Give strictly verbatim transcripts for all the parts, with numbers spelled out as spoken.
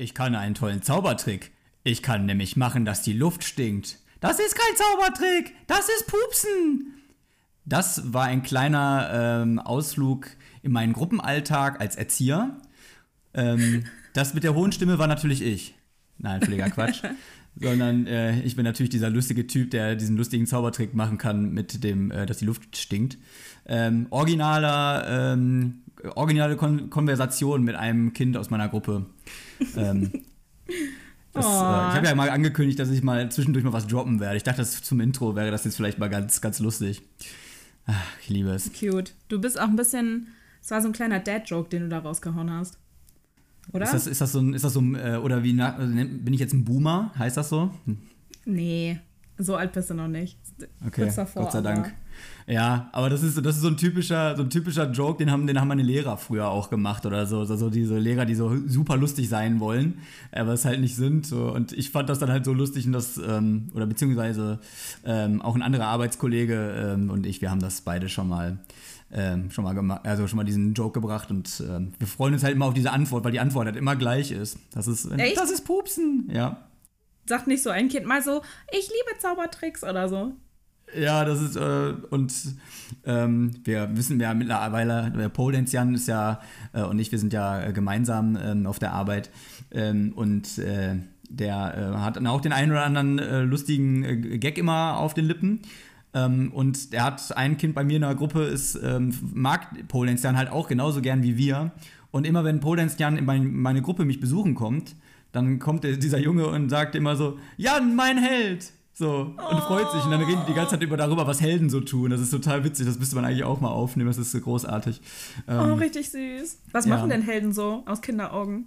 Ich kann einen tollen Zaubertrick. Ich kann nämlich machen, dass die Luft stinkt. Das ist kein Zaubertrick, das ist Pupsen. Das war ein kleiner ähm, Ausflug in meinen Gruppenalltag als Erzieher. Ähm, das mit der hohen Stimme war natürlich ich. Nein, völliger Quatsch. Sondern äh, ich bin natürlich dieser lustige Typ, der diesen lustigen Zaubertrick machen kann mit dem, äh, dass die Luft stinkt. Ähm, originaler, ähm, originale Kon- Konversation mit einem Kind aus meiner Gruppe. Ähm, das, äh, ich habe ja mal angekündigt, dass ich mal zwischendurch mal was droppen werde. Ich dachte, das zum Intro wäre das jetzt vielleicht mal ganz, ganz lustig. Ach, ich liebe es. Cute. Du bist auch ein bisschen, es war so ein kleiner Dad-Joke, den du da rausgehauen hast. Oder? Ist das, ist das so ein, ist das so ein, äh, oder wie, na, bin ich jetzt ein Boomer? Heißt das so? Hm. Nee, so alt bist du noch nicht. Okay, Kurz davor, Gott sei aber Dank. Ja, aber das ist, das ist so ein typischer, so ein typischer Joke, den haben, den haben meine Lehrer früher auch gemacht oder so. Also diese Lehrer, die so super lustig sein wollen, aber es halt nicht sind. So. Und ich fand das dann halt so lustig und das, ähm, oder beziehungsweise ähm, auch ein anderer Arbeitskollege ähm, und ich, wir haben das beide schon mal Ähm, schon mal gemacht, also schon mal diesen Joke gebracht und ähm, wir freuen uns halt immer auf diese Antwort, weil die Antwort halt immer gleich ist. Das ist, Echt? Das ist Pupsen, ja. Sagt nicht so ein Kind mal so, ich liebe Zaubertricks oder so. Ja, das ist, äh, und ähm, wir wissen ja mittlerweile, der Pole Dance Jan ist ja, äh, und ich, wir sind ja äh, gemeinsam ähm, auf der Arbeit ähm, und äh, der äh, hat dann auch den einen oder anderen äh, lustigen äh, Gag immer auf den Lippen. Ähm, und der hat ein Kind bei mir in der Gruppe, ist, ähm, mag Pole Dance Jan halt auch genauso gern wie wir. Und immer wenn Pole Dance Jan in mein, meine Gruppe mich besuchen kommt, dann kommt der, dieser Junge und sagt immer so, Jan, mein Held! So, und freut sich. Und dann reden die die ganze Zeit über darüber, was Helden so tun. Das ist total witzig, das müsste man eigentlich auch mal aufnehmen, das ist so großartig. Ähm, oh, richtig süß. Was ja. machen denn Helden so aus Kinderaugen?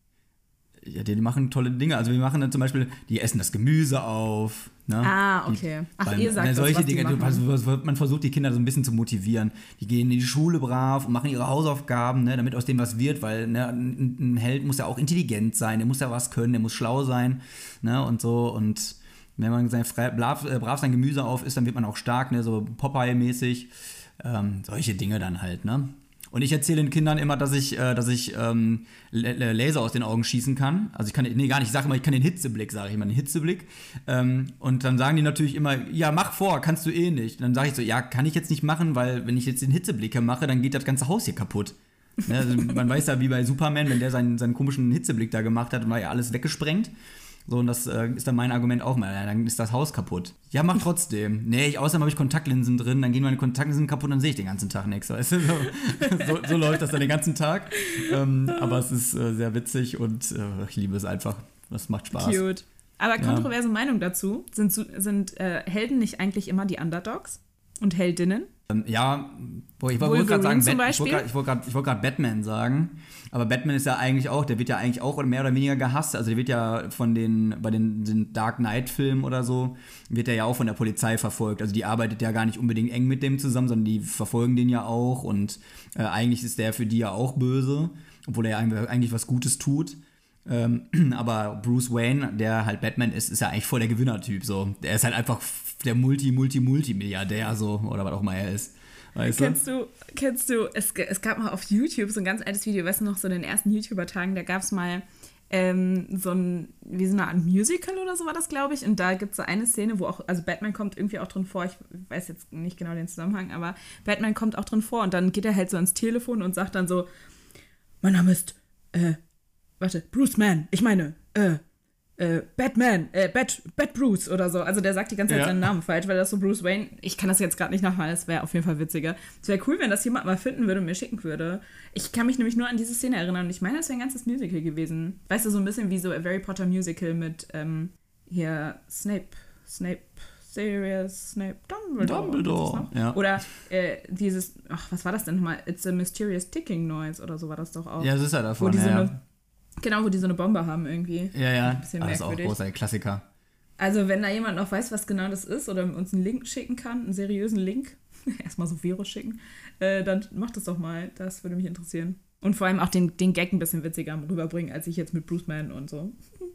Ja, die, die machen tolle Dinge. Also wir machen dann zum Beispiel, die essen das Gemüse auf. Ne? Ah, okay. Ach, die, ihr sagt das, solche was die Dinge. machen. Also, man versucht die Kinder so ein bisschen zu motivieren. Die gehen in die Schule brav und machen ihre Hausaufgaben, ne, damit aus dem was wird, weil ne, ein, ein Held muss ja auch intelligent sein, der muss ja was können, der muss schlau sein, ne, und so. Und wenn man sein, brav, brav sein Gemüse auf isst, dann wird man auch stark, ne, so Popeye-mäßig. Ähm, solche Dinge dann halt, ne. Und ich erzähle den Kindern immer, dass ich, äh, dass ich ähm, Laser aus den Augen schießen kann. Also ich kann, nee, gar nicht, ich sage immer, ich kann den Hitzeblick, sage ich immer, den Hitzeblick. Ähm, und dann sagen die natürlich immer, ja, mach vor, kannst du eh nicht. Und dann sage ich so, ja, kann ich jetzt nicht machen, weil wenn ich jetzt den Hitzeblick mache, dann geht das ganze Haus hier kaputt. Ne? Also man weiß ja, wie bei Superman, wenn der seinen, seinen komischen Hitzeblick da gemacht hat, war ja alles weggesprengt. So, und das äh, ist dann mein Argument auch mal. Ja, dann ist das Haus kaputt. Ja, mach trotzdem. Nee, ich, außerdem habe ich Kontaktlinsen drin, dann gehen meine Kontaktlinsen kaputt, dann sehe ich den ganzen Tag nichts. Weißt du? so, so, so läuft das dann den ganzen Tag. Ähm, aber es ist äh, sehr witzig und äh, ich liebe es einfach. Das macht Spaß. Cute. Aber kontroverse ja. Meinung dazu. Sind, sind äh, Helden nicht eigentlich immer die Underdogs? Und Heldinnen? Ähm, ja, boah, ich wollte gerade sagen, zum Bat- Beispiel? ich wollte gerade wollt wollt grad Batman sagen. Aber Batman ist ja eigentlich auch, der wird ja eigentlich auch mehr oder weniger gehasst. Also der wird ja von den, bei den, den Dark Knight-Filmen oder so, wird er ja auch von der Polizei verfolgt. Also die arbeitet ja gar nicht unbedingt eng mit dem zusammen, sondern die verfolgen den ja auch. Und äh, eigentlich ist der für die ja auch böse, obwohl er ja eigentlich was Gutes tut. Ähm, aber Bruce Wayne, der halt Batman ist, ist ja eigentlich voll der Gewinnertyp. So. Der ist halt einfach der Multi-Multi-Multimilliardär, so, oder was auch immer er ist. Weißt kennst du, kennst du, es, es gab mal auf YouTube so ein ganz altes Video, weißt du noch, so in den ersten YouTuber-Tagen, da gab es mal ähm, so ein, wie so eine Art Musical oder so war das, glaube ich, und da gibt es so eine Szene, wo auch, also Batman kommt irgendwie auch drin vor, ich weiß jetzt nicht genau den Zusammenhang, aber Batman kommt auch drin vor und dann geht er halt so ans Telefon und sagt dann so, mein Name ist, äh, warte, Bruce Mann, ich meine, äh, Äh, Batman, äh, Bat, Bat Bruce oder so. Also der sagt die ganze Zeit ja. seinen Namen falsch, weil das so Bruce Wayne, ich kann das jetzt gerade nicht nachmachen, das wäre auf jeden Fall witziger. Es wäre cool, wenn das jemand mal finden würde und mir schicken würde. Ich kann mich nämlich nur an diese Szene erinnern und ich meine, das wäre ein ganzes Musical gewesen. Weißt du, so ein bisschen wie so ein Harry Potter Musical mit, ähm, hier, Snape, Snape, Sirius, Snape, Dumbledore. Dumbledore, ja. Oder äh, dieses, ach, was war das denn nochmal? It's a Mysterious Ticking Noise oder so war das doch auch. Ja, das ist ja davon, wo die so ja. eine, Genau, wo die so eine Bombe haben irgendwie. Ja, ja, ein bisschen das ist auch merkwürdig. großer Klassiker. Also wenn da jemand noch weiß, was genau das ist oder uns einen Link schicken kann, einen seriösen Link, erstmal so Virus schicken, äh, dann macht das doch mal, das würde mich interessieren. Und vor allem auch den, den Gag ein bisschen witziger rüberbringen, als ich jetzt mit Bruce Mann und so.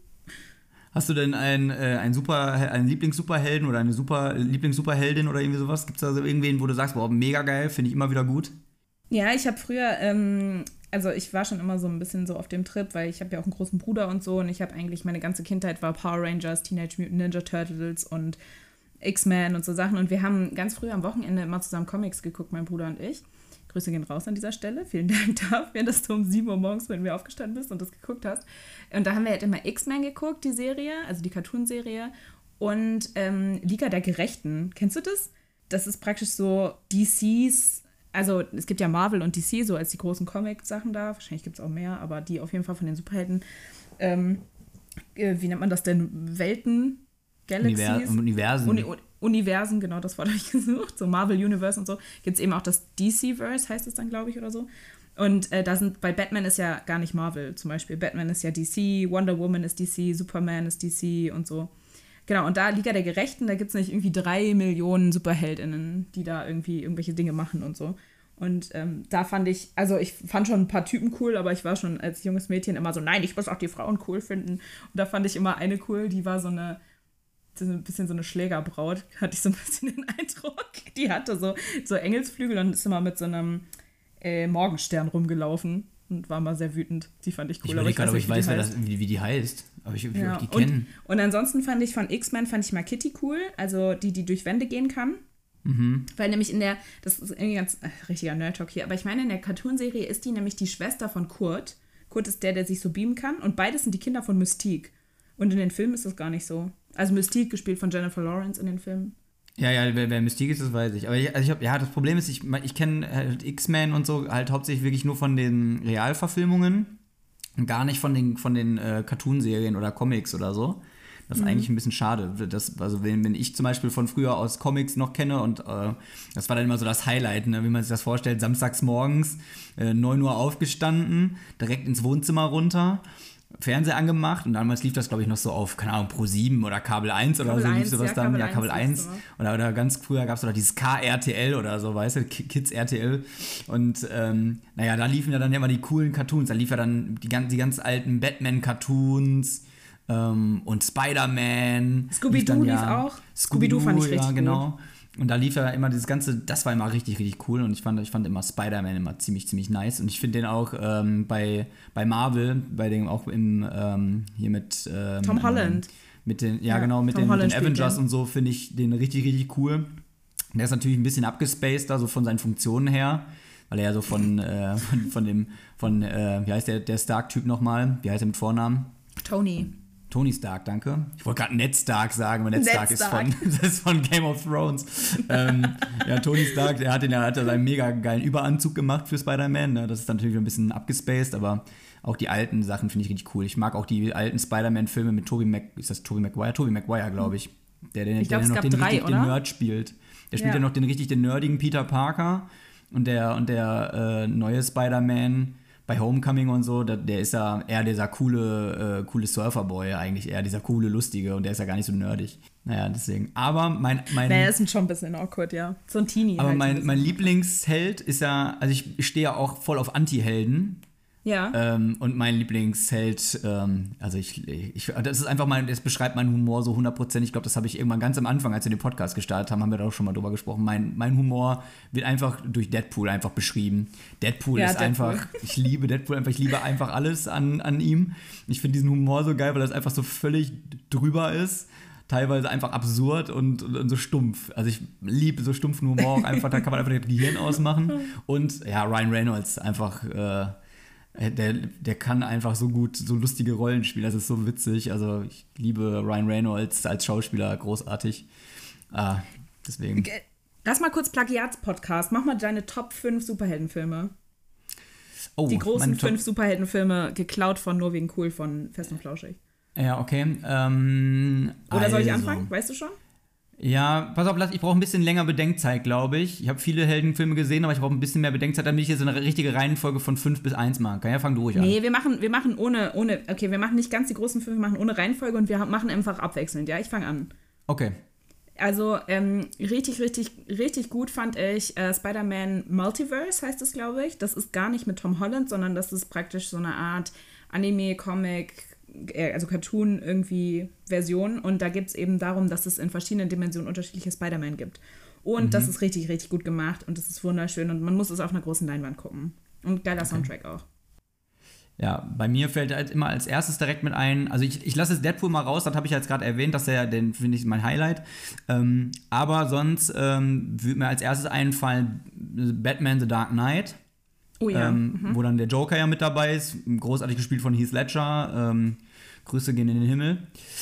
Hast du denn einen, äh, einen, Super, einen Lieblings-Superhelden oder eine super Lieblings-Superheldin oder irgendwie sowas? Gibt es da so irgendwen, wo du sagst, boah, mega geil, finde ich immer wieder gut? Ja, ich habe früher ähm, also ich war schon immer so ein bisschen so auf dem Trip, weil ich habe ja auch einen großen Bruder und so und ich habe eigentlich, meine ganze Kindheit war Power Rangers, Teenage Mutant Ninja Turtles und X-Men und so Sachen und wir haben ganz früh am Wochenende immer zusammen Comics geguckt, mein Bruder und ich. Grüße gehen raus an dieser Stelle. Vielen Dank dafür, dass du um sieben Uhr morgens mit mir aufgestanden bist und das geguckt hast. Und da haben wir halt immer X-Men geguckt, die Serie, also die Cartoon-Serie und ähm, Liga der Gerechten. Kennst du das? Das ist praktisch so D Cs, also es gibt ja Marvel und D C so als die großen Comic-Sachen da. Wahrscheinlich gibt es auch mehr, aber die auf jeden Fall von den Superhelden. Ähm, äh, wie nennt man das denn? Welten? Galaxies? Universen. Uni- Universen, genau, das Wort habe ich gesucht. So Marvel Universe und so. Gibt es eben auch das D C-Verse, heißt es dann, glaube ich, oder so. Und äh, da sind, bei Batman ist ja gar nicht Marvel zum Beispiel. Batman ist ja D C, Wonder Woman ist D C, Superman ist D C und so. Genau, und da Liga der Gerechten, da gibt es nicht irgendwie drei Millionen SuperheldInnen, die da irgendwie irgendwelche Dinge machen und so. Und ähm, da fand ich, also ich fand schon ein paar Typen cool, aber ich war schon als junges Mädchen immer so, nein, ich muss auch die Frauen cool finden. Und da fand ich immer eine cool, die war so eine, so ein bisschen so eine Schlägerbraut, hatte ich so ein bisschen den Eindruck. Die hatte so, so Engelsflügel und ist immer mit so einem äh, Morgenstern rumgelaufen. Und war mal sehr wütend. Die fand ich cool. Ich überlege gerade, ob ich weiß, wie, das, wie, wie die heißt. Aber ich, ja. ob ich die kenne. Und, und ansonsten fand ich von X-Men, fand ich mal Kitty cool. Also die, die durch Wände gehen kann. Mhm. Weil nämlich in der, das ist irgendwie ganz, ach, richtiger Nerd-Talk hier, aber ich meine, in der Cartoonserie ist die nämlich die Schwester von Kurt. Kurt ist der, der sich so beamen kann. Und beides sind die Kinder von Mystique. Und in den Filmen ist das gar nicht so. Also Mystique, gespielt von Jennifer Lawrence in den Filmen. Ja, ja, wer, wer Mystique ist, das weiß ich. Aber ich, also ich hab, ja, das Problem ist, ich, ich kenne halt X-Men und so halt hauptsächlich wirklich nur von den Realverfilmungen und gar nicht von den, von den äh, Cartoonserien oder Comics oder so. Das ist mhm. eigentlich ein bisschen schade. Das, also wenn, wenn ich zum Beispiel von früher aus Comics noch kenne und äh, das war dann immer so das Highlight, ne, wie man sich das vorstellt, samstags morgens, äh, neun Uhr aufgestanden, direkt ins Wohnzimmer runter, Fernseher angemacht und damals lief das, glaube ich, noch so auf, keine Ahnung, Pro sieben oder Kabel eins oder Kabel so, lief eins, sowas ja, dann, Kabel ja, Kabel eins oder, oder ganz früher gab es noch dieses K R T L oder so, weißt du, Kids R T L und ähm, naja, da liefen ja dann immer die coolen Cartoons, da lief ja dann die, die ganz alten Batman-Cartoons ähm, und Spider-Man. Scooby-Doo lief, ja, lief auch. Scooby-Doo, Scooby-Doo fand ich richtig ja, genau. Gut. Und da lief ja immer dieses ganze, das war immer richtig, richtig cool und ich fand, ich fand immer Spider-Man immer ziemlich, ziemlich nice und ich finde den auch ähm, bei, bei Marvel, bei dem auch im, ähm, hier mit ähm, Tom Holland. Mit den, ja, ja genau, mit Tom den, mit den Avengers den. und so finde ich den richtig, richtig cool. Der ist natürlich ein bisschen abgespaced da, so von seinen Funktionen her, weil er ja so von, äh, von, von dem, von, äh, wie heißt der, der Stark-Typ nochmal, wie heißt er mit Vornamen? Tony. Tony Stark, danke. Ich wollte gerade Ned Stark sagen, aber Ned, Ned Stark, Stark. Ist, von, das ist von Game of Thrones. ähm, ja, Tony Stark, der hat, den, der hat seinen mega geilen Überanzug gemacht für Spider-Man. Ne? Das ist natürlich ein bisschen abgespaced, aber auch die alten Sachen finde ich richtig cool. Ich mag auch die alten Spider-Man-Filme mit Tobey Mac... Ist das Tobey Maguire? Tobey Maguire, glaube ich. Der, der, ich glaub, der noch den, drei, richtig, oder? den Nerd spielt. Der spielt ja. ja noch den richtig den nerdigen Peter Parker. Und der, und der äh, neue Spider-Man... Bei Homecoming und so, der, der ist ja eher dieser coole, äh, coole Surferboy eigentlich, eher dieser coole, lustige und der ist ja gar nicht so nerdig. Naja, deswegen. Aber mein... mein naja, ist schon ein bisschen awkward, ja. So ein Teenie. Aber halt mein, mein Lieblingsheld ist ja, also ich, ich stehe ja auch voll auf Anti-Helden. Ja. Ähm, und mein Lieblingsheld, ähm, also ich, ich, das ist einfach mal, das beschreibt meinen Humor so hundert Prozent. Ich glaube, das habe ich irgendwann ganz am Anfang, als wir den Podcast gestartet haben, haben wir da auch schon mal drüber gesprochen. Mein, mein Humor wird einfach durch Deadpool einfach beschrieben. Deadpool ja, ist Deadpool. einfach, ich liebe Deadpool einfach, ich liebe einfach alles an, an ihm. Ich finde diesen Humor so geil, weil das einfach so völlig drüber ist. Teilweise einfach absurd und, und, und so stumpf. Also ich liebe so stumpfen Humor auch einfach, da kann man einfach das Gehirn ausmachen. Und ja, Ryan Reynolds einfach... Äh, Der, der kann einfach so gut so lustige Rollen spielen, das ist so witzig. Also ich liebe Ryan Reynolds als Schauspieler, großartig. Ah, deswegen. Lass mal kurz Plagiats-Podcast. Mach mal deine Top fünf Superheldenfilme. Oh, die großen fünf Superheldenfilme, geklaut von Nur wegen cool von Fest und Flauschig. Ja, okay. Ähm, Oder soll ich also. anfangen? Weißt du schon? Ja, pass auf, ich brauche ein bisschen länger Bedenkzeit, glaube ich. Ich habe viele Heldenfilme gesehen, aber ich brauche ein bisschen mehr Bedenkzeit, damit ich jetzt eine richtige Reihenfolge von fünf bis eins machen kann. Ja, fang du ruhig an. Nee, wir machen, wir machen ohne, ohne, okay, wir machen nicht ganz die großen Filme, wir machen ohne Reihenfolge und wir machen einfach abwechselnd, ja? Ich fange an. Okay. Also, ähm, richtig, richtig, richtig gut fand ich äh, Spider-Man Multiverse, heißt es, glaube ich. Das ist gar nicht mit Tom Holland, sondern das ist praktisch so eine Art Anime, Comic, also Cartoon irgendwie Version und da geht es eben darum, dass es in verschiedenen Dimensionen unterschiedliche Spider-Man gibt. Und mhm. das ist richtig, richtig gut gemacht und das ist wunderschön und man muss es auf einer großen Leinwand gucken. Und geiler okay. Soundtrack auch. Ja, bei mir fällt halt immer als erstes direkt mit ein, also ich, ich lasse jetzt Deadpool mal raus, das habe ich jetzt gerade erwähnt, dass der, den finde ich mein Highlight. Ähm, aber sonst ähm, würde mir als erstes einfallen Batman The Dark Knight. Oh ja. Ähm, mhm. Wo dann der Joker ja mit dabei ist, großartig gespielt von Heath Ledger. Ähm, Grüße gehen in den Himmel.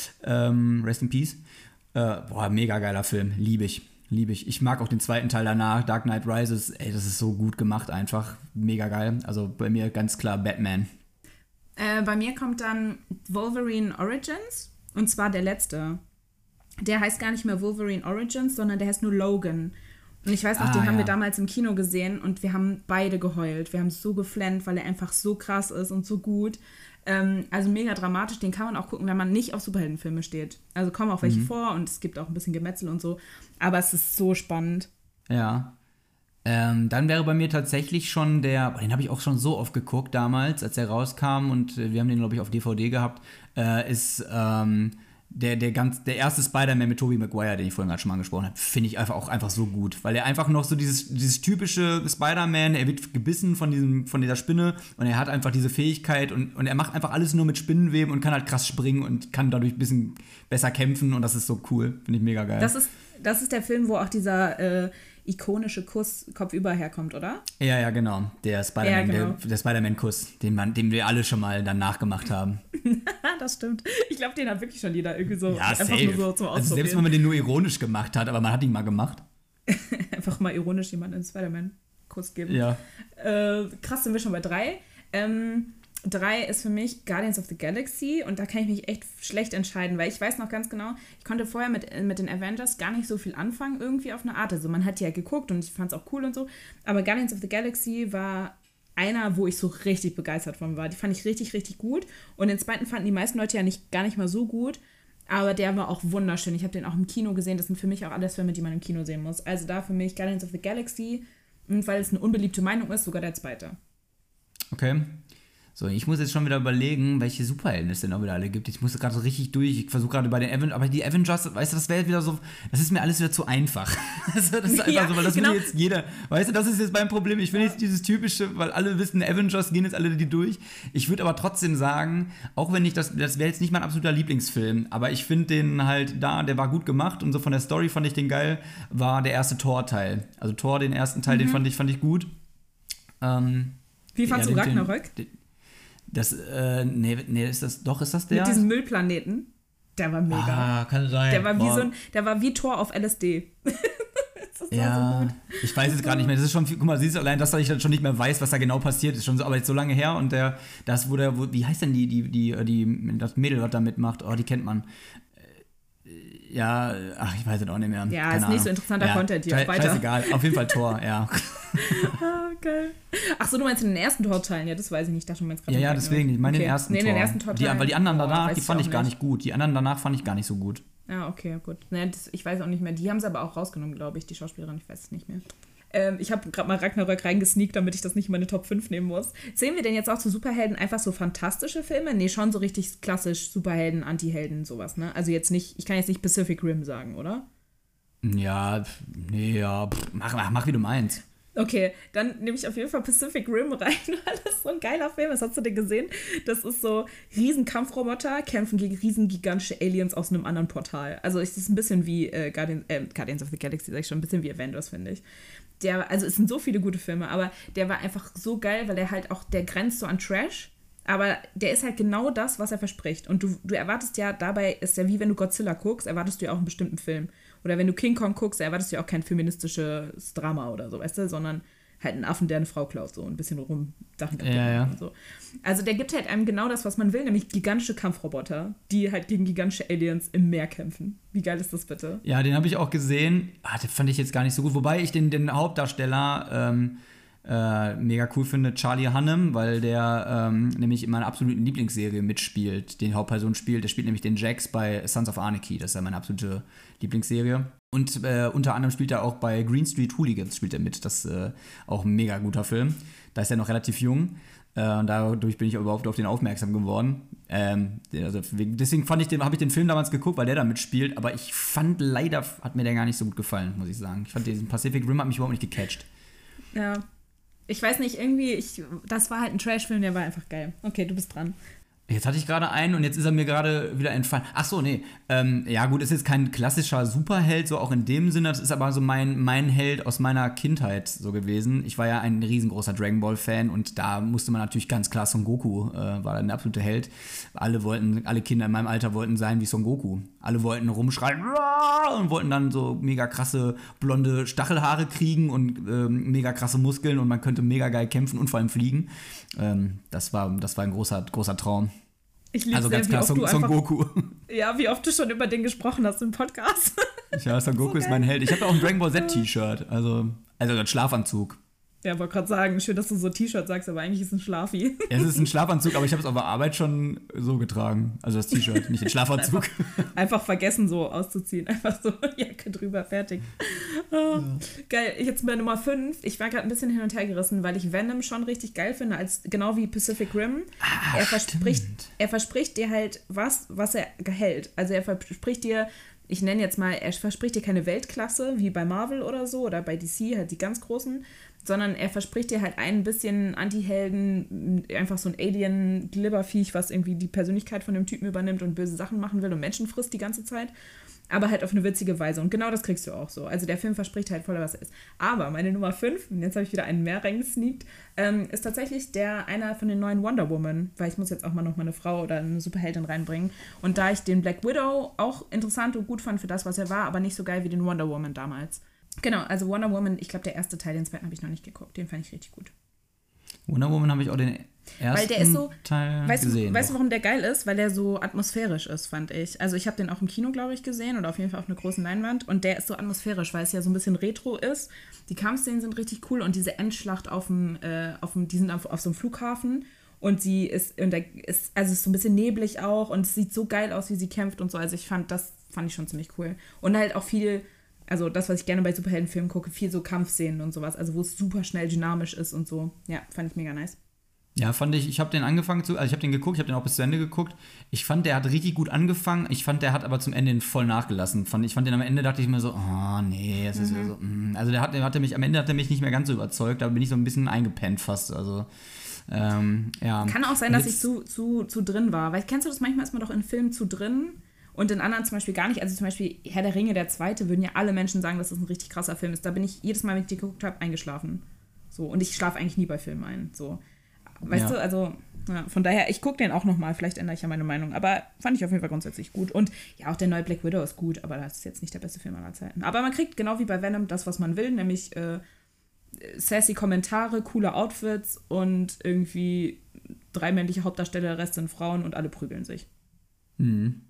Ähm, Rest in Peace. Äh, boah, mega geiler Film, liebe ich. Liebe ich. Ich mag auch den zweiten Teil danach, Dark Knight Rises. Ey, das ist so gut gemacht einfach. Mega geil. Also bei mir ganz klar Batman. Äh, bei mir kommt dann Wolverine Origins. Und zwar der letzte. Der heißt gar nicht mehr Wolverine Origins, sondern der heißt nur Logan. Und ich weiß noch, Ah, den haben ja. wir damals im Kino gesehen und wir haben beide geheult. Wir haben so geflennt, weil er einfach so krass ist und so gut. Ähm, also mega dramatisch. Den kann man auch gucken, wenn man nicht auf Superheldenfilme steht. Also kommen auch welche Mhm. vor und es gibt auch ein bisschen Gemetzel und so. Aber es ist so spannend. Ja. Ähm, dann wäre bei mir tatsächlich schon der, den habe ich auch schon so oft geguckt damals, als der rauskam und äh, wir haben den, glaube ich, auf D V D gehabt, äh, ist ähm, der, der, ganz, der erste Spider-Man mit Tobey Maguire, den ich vorhin gerade schon mal angesprochen habe, finde ich einfach auch einfach so gut, weil er einfach noch so dieses, dieses typische Spider-Man, er wird gebissen von, diesem, von dieser Spinne und er hat einfach diese Fähigkeit und, und er macht einfach alles nur mit Spinnenweben und kann halt krass springen und kann dadurch ein bisschen besser kämpfen und das ist so cool, finde ich mega geil. Das ist, das ist der Film, wo auch dieser äh, ikonische Kuss kopfüber herkommt, oder? Ja, ja, genau. Der Spider-Man, Ja, genau. der, der Spider-Man-Kuss, den, man, den wir alle schon mal dann nachgemacht haben. Das stimmt. Ich glaube, den hat wirklich schon jeder irgendwie so Ja, einfach safe. nur so zum Also selbst wenn Ausprobieren. man den nur ironisch gemacht hat, aber man hat ihn mal gemacht. Einfach mal ironisch jemanden einen Spider-Man-Kuss geben. Ja. Äh, krass, sind wir schon bei drei. Ähm, drei ist für mich Guardians of the Galaxy und da kann ich mich echt schlecht entscheiden, weil ich weiß noch ganz genau, ich konnte vorher mit, mit den Avengers gar nicht so viel anfangen, irgendwie auf eine Art. Also man hat ja geguckt und ich fand es auch cool und so, aber Guardians of the Galaxy war einer, wo ich so richtig begeistert von war. Die fand ich richtig, richtig gut und den zweiten fanden die meisten Leute ja nicht, gar nicht mal so gut, aber der war auch wunderschön. Ich habe den auch im Kino gesehen, das sind für mich auch alles Filme, die man im Kino sehen muss. Also da für mich Guardians of the Galaxy und weil es eine unbeliebte Meinung ist, sogar der zweite. Okay. So, ich muss jetzt schon wieder überlegen, welche Superhelden es denn auch wieder alle gibt. Ich muss gerade so richtig durch. Ich versuche gerade bei den Avengers, aber die Avengers, weißt du, das wäre wieder so, das ist mir alles wieder zu einfach. Also, das ist einfach Ja, so, weil das genau. will jetzt jeder. Weißt du, das ist jetzt mein Problem. Ich will jetzt dieses typische, weil alle wissen, Avengers gehen jetzt alle die durch. Ich würde aber trotzdem sagen, auch wenn ich das, das wäre jetzt nicht mein absoluter Lieblingsfilm, aber ich finde den halt da, der war gut gemacht und so von der Story fand ich den geil, war der erste Thor-Teil. Also Thor, den ersten Teil, Mhm. den fand ich, fand ich gut. Ähm, Wie fandst ja, du den- Ragnarök? Den, das, äh, nee, nee, ist das, doch, ist das der? Mit diesem Müllplaneten. Der war mega. Ah, kann sein. der war wie Boah. so ein, der war wie Thor auf L S D. Das war Ja, so gut. ich weiß es gerade nicht mehr. Das ist schon viel, guck mal, siehst du allein, dass ich dann schon nicht mehr weiß, was da genau passiert ist. Schon so, aber jetzt so lange her und der, das, wo der, wo, wie heißt denn die, die, die, die, das Mädel, was da mitmacht? Oh, die kennt man. Äh, Ja, ach, ich weiß es auch nicht mehr. Ja, Keine ist nicht so Ahnung. interessanter ja, Content hier. schei- Weiter. Scheißegal, auf jeden Fall Tor, ja. Ah, geil. Ach so, du meinst in den ersten Torteilen? Ja, das weiß ich nicht. Ich dachte, du meinst gerade Ja, ja, Ragnarök. deswegen, ich meine okay. den ersten Nee, in Tor. den ersten die, Torteilen. weil die anderen Boah, danach, weiß die ich fand auch ich gar nicht. nicht gut. Die anderen danach fand ich gar nicht so gut. Ja, okay, gut. Nee, das, ich weiß auch nicht mehr. Die haben sie aber auch rausgenommen, glaube ich, die Schauspielerin. Ich weiß es nicht mehr. Ähm, ich habe gerade mal Ragnarök reingesneakt, damit ich das nicht in meine Top fünf nehmen muss. Sehen wir denn jetzt auch zu Superhelden einfach so fantastische Filme? Nee, schon so richtig klassisch Superhelden, Antihelden, sowas, ne? Also jetzt nicht, ich kann jetzt nicht Pacific Rim sagen, oder? Ja, pf, nee, ja, pf, mach, mach, mach, wie du meinst. Okay, dann nehme ich auf jeden Fall Pacific Rim rein, weil das ist so ein geiler Film. Was hast du denn gesehen? Das ist so, Riesenkampfroboter kämpfen gegen riesengigantische Aliens aus einem anderen Portal. Also es ist ein bisschen wie äh, Guardian, äh, Guardians of the Galaxy, sag ich schon, ein bisschen wie Avengers, finde ich. Der, also es sind so viele gute Filme, aber der war einfach so geil, weil er halt auch, der grenzt so an Trash, aber der ist halt genau das, was er verspricht. Und du, du erwartest ja, dabei ist ja wie wenn du Godzilla guckst, erwartest du ja auch einen bestimmten Film. Oder wenn du King Kong guckst, erwartest du ja auch kein feministisches Drama oder so, weißt du, sondern halt einen Affen, der eine Frau klaut, so ein bisschen rum Sachen kaputt Ja, ja. macht und so. Also der gibt halt einem genau das, was man will, nämlich gigantische Kampfroboter, die halt gegen gigantische Aliens im Meer kämpfen. Wie geil ist das bitte? Ja, den habe ich auch gesehen. Ah, den fand ich jetzt gar nicht so gut. Wobei ich den, den Hauptdarsteller ähm, äh, mega cool finde, Charlie Hunnam, weil der ähm, nämlich in meiner absoluten Lieblingsserie mitspielt, den Hauptperson spielt. Der spielt nämlich den Jax bei Sons of Anarchy. Das ist ja meine absolute Lieblingsserie. Und äh, unter anderem spielt er auch bei Green Street Hooligans spielt er mit. Das ist äh, auch ein mega guter Film. Da ist er noch relativ jung. Äh, und dadurch bin ich überhaupt auf den aufmerksam geworden. Ähm, also deswegen fand ich den, habe ich den Film damals geguckt, weil der da mitspielt. Aber ich fand leider, hat mir der gar nicht so gut gefallen, muss ich sagen. Ich fand diesen Pacific Rim hat mich überhaupt nicht gecatcht. Ja. Ich weiß nicht, irgendwie, ich, das war halt ein Trash-Film, der war einfach geil. Okay, du bist dran. Jetzt hatte ich gerade einen und jetzt ist er mir gerade wieder entfallen. Ach so, nee. Ähm, ja gut, ist jetzt kein klassischer Superheld, so auch in dem Sinne. Das ist aber so mein, mein Held aus meiner Kindheit so gewesen. Ich war ja ein riesengroßer Dragon Ball Fan und da musste man natürlich ganz klar Son Goku, äh, war der absolute Held. Alle wollten, alle Kinder in meinem Alter wollten sein wie Son Goku. Alle wollten rumschreien und wollten dann so mega krasse blonde Stachelhaare kriegen und ähm, mega krasse Muskeln und man könnte mega geil kämpfen und vor allem fliegen. Ähm, das war, das war ein großer, großer Traum. Ich liebe also sehr, ganz klar, Son, Son Goku. Ja, wie oft du schon über den gesprochen hast im Podcast. Ja, Son Goku so ist mein Held. Ich habe auch ein Dragon Ball Z T-Shirt, also, also ein Schlafanzug. Ja, wollte gerade sagen, schön, dass du so T-Shirt sagst, aber eigentlich ist es ein Schlafi. Ja, es ist ein Schlafanzug, aber ich habe es auf der Arbeit schon so getragen. Also das T-Shirt, nicht den Schlafanzug. Einfach, einfach vergessen, so auszuziehen. Einfach so Jacke drüber, fertig. Oh, ja. Geil, jetzt bei Nummer fünf. Ich war gerade ein bisschen hin und her gerissen, weil ich Venom schon richtig geil finde, als genau wie Pacific Rim. Ah, er, verspricht, stimmt. er verspricht dir halt was, was er hält. Also er verspricht dir, ich nenne jetzt mal, er verspricht dir keine Weltklasse, wie bei Marvel oder so, oder bei D C, halt die ganz großen, sondern er verspricht dir halt ein bisschen Anti-Helden, einfach so ein Alien-Glibberviech, was irgendwie die Persönlichkeit von dem Typen übernimmt und böse Sachen machen will und Menschen frisst die ganze Zeit, aber halt auf eine witzige Weise. Und genau das kriegst du auch so. Also der Film verspricht halt voll, was er ist. Aber meine Nummer fünf, und jetzt habe ich wieder einen mehr reingesneakt, ähm, ist tatsächlich der einer von den neuen Wonder Woman, weil ich muss jetzt auch mal noch mal eine Frau oder eine Superheldin reinbringen. Und da ich den Black Widow auch interessant und gut fand für das, was er war, aber nicht so geil wie den Wonder Woman damals. Genau, also Wonder Woman, ich glaube, der erste Teil, den zweiten habe ich noch nicht geguckt. Den fand ich richtig gut. Wonder Woman habe ich auch den ersten Weil der ist so, Teil weißt gesehen. Du, weißt du, warum der geil ist? Weil der so atmosphärisch ist, fand ich. Also ich habe den auch im Kino, glaube ich, gesehen oder auf jeden Fall auf einer großen Leinwand. Und der ist so atmosphärisch, weil es ja so ein bisschen retro ist. Die Kampfszenen sind richtig cool und diese Endschlacht auf dem, äh, auf dem die sind auf, auf so einem Flughafen. Und sie ist, und der ist, also es ist so ein bisschen neblig auch und es sieht so geil aus, wie sie kämpft und so. Also ich fand, das fand ich schon ziemlich cool. Und halt auch viel... Also das, was ich gerne bei Superheldenfilmen gucke, viel so Kampfszenen und sowas, also wo es super schnell dynamisch ist und so. Ja, fand ich mega nice. Ja, fand ich, ich habe den angefangen zu, also ich habe den geguckt, ich habe den auch bis zu Ende geguckt. Ich fand, der hat richtig gut angefangen, ich fand, der hat aber zum Ende voll nachgelassen. Fand, ich fand den am Ende, dachte ich mir so, oh nee, das ist mhm. ja so, mm. Also der hat, der hatte mich, am Ende hat er mich nicht mehr ganz so überzeugt, da bin ich so ein bisschen eingepennt fast, also ähm, ja. Kann auch sein, dass ich zu, zu, zu drin war, weil kennst du das, manchmal ist man doch in Filmen zu drin und in anderen zum Beispiel gar nicht. Also zum Beispiel Herr der Ringe, der zweite, würden ja alle Menschen sagen, dass das ein richtig krasser Film ist. Da bin ich jedes Mal, wenn ich die geguckt habe, eingeschlafen. So, und ich schlafe eigentlich nie bei Filmen ein. So. Weißt ja. du, also ja, von daher, ich gucke den auch nochmal, vielleicht ändere ich ja meine Meinung. Aber fand ich auf jeden Fall grundsätzlich gut. Und ja, auch der neue Black Widow ist gut, aber das ist jetzt nicht der beste Film aller Zeiten. Aber man kriegt genau wie bei Venom das, was man will, nämlich äh, sassy Kommentare, coole Outfits und irgendwie drei männliche Hauptdarsteller, der Rest sind Frauen und alle prügeln sich. Mhm.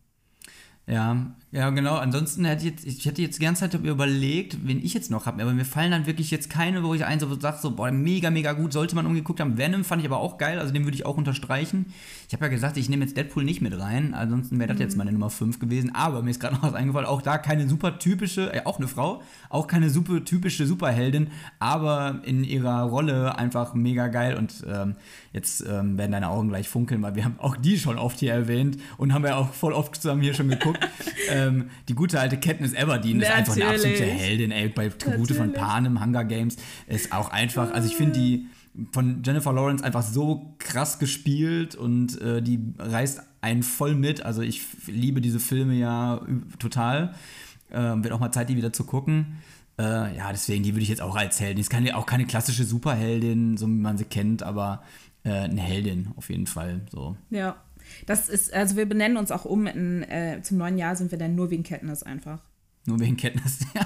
Ja, ja, genau. Ansonsten hätte ich jetzt, ich hätte jetzt die ganze Zeit überlegt, wen ich jetzt noch habe, aber mir fallen dann wirklich jetzt keine, wo ich einen so sage, so, boah, mega, mega gut, sollte man umgeguckt haben. Venom fand ich aber auch geil, also den würde ich auch unterstreichen. Ich habe ja gesagt, ich nehme jetzt Deadpool nicht mit rein, ansonsten wäre das mhm. jetzt meine Nummer fünf gewesen, aber mir ist gerade noch was eingefallen, auch da keine super typische, äh, auch eine Frau, auch keine super typische Superheldin, aber in ihrer Rolle einfach mega geil und ähm, jetzt ähm, werden deine Augen gleich funkeln, weil wir haben auch die schon oft hier erwähnt und haben ja auch voll oft zusammen hier schon geguckt. ähm, die gute alte Katniss Everdeen ist einfach eine absolute Heldin, ey, bei Tribute von Panem, Hunger Games, ist auch einfach, also ich finde die von Jennifer Lawrence einfach so krass gespielt und äh, die reißt einen voll mit, also ich f- liebe diese Filme ja total, äh, wird auch mal Zeit, die wieder zu gucken. Äh, ja, deswegen, die würde ich jetzt auch als Heldin, die ist keine, auch keine klassische Superheldin, so wie man sie kennt, aber äh, eine Heldin auf jeden Fall, so. Ja. Das ist, also wir benennen uns auch um, in, äh, zum neuen Jahr sind wir dann nur wegen Katniss einfach. Nur wegen Katniss, ja.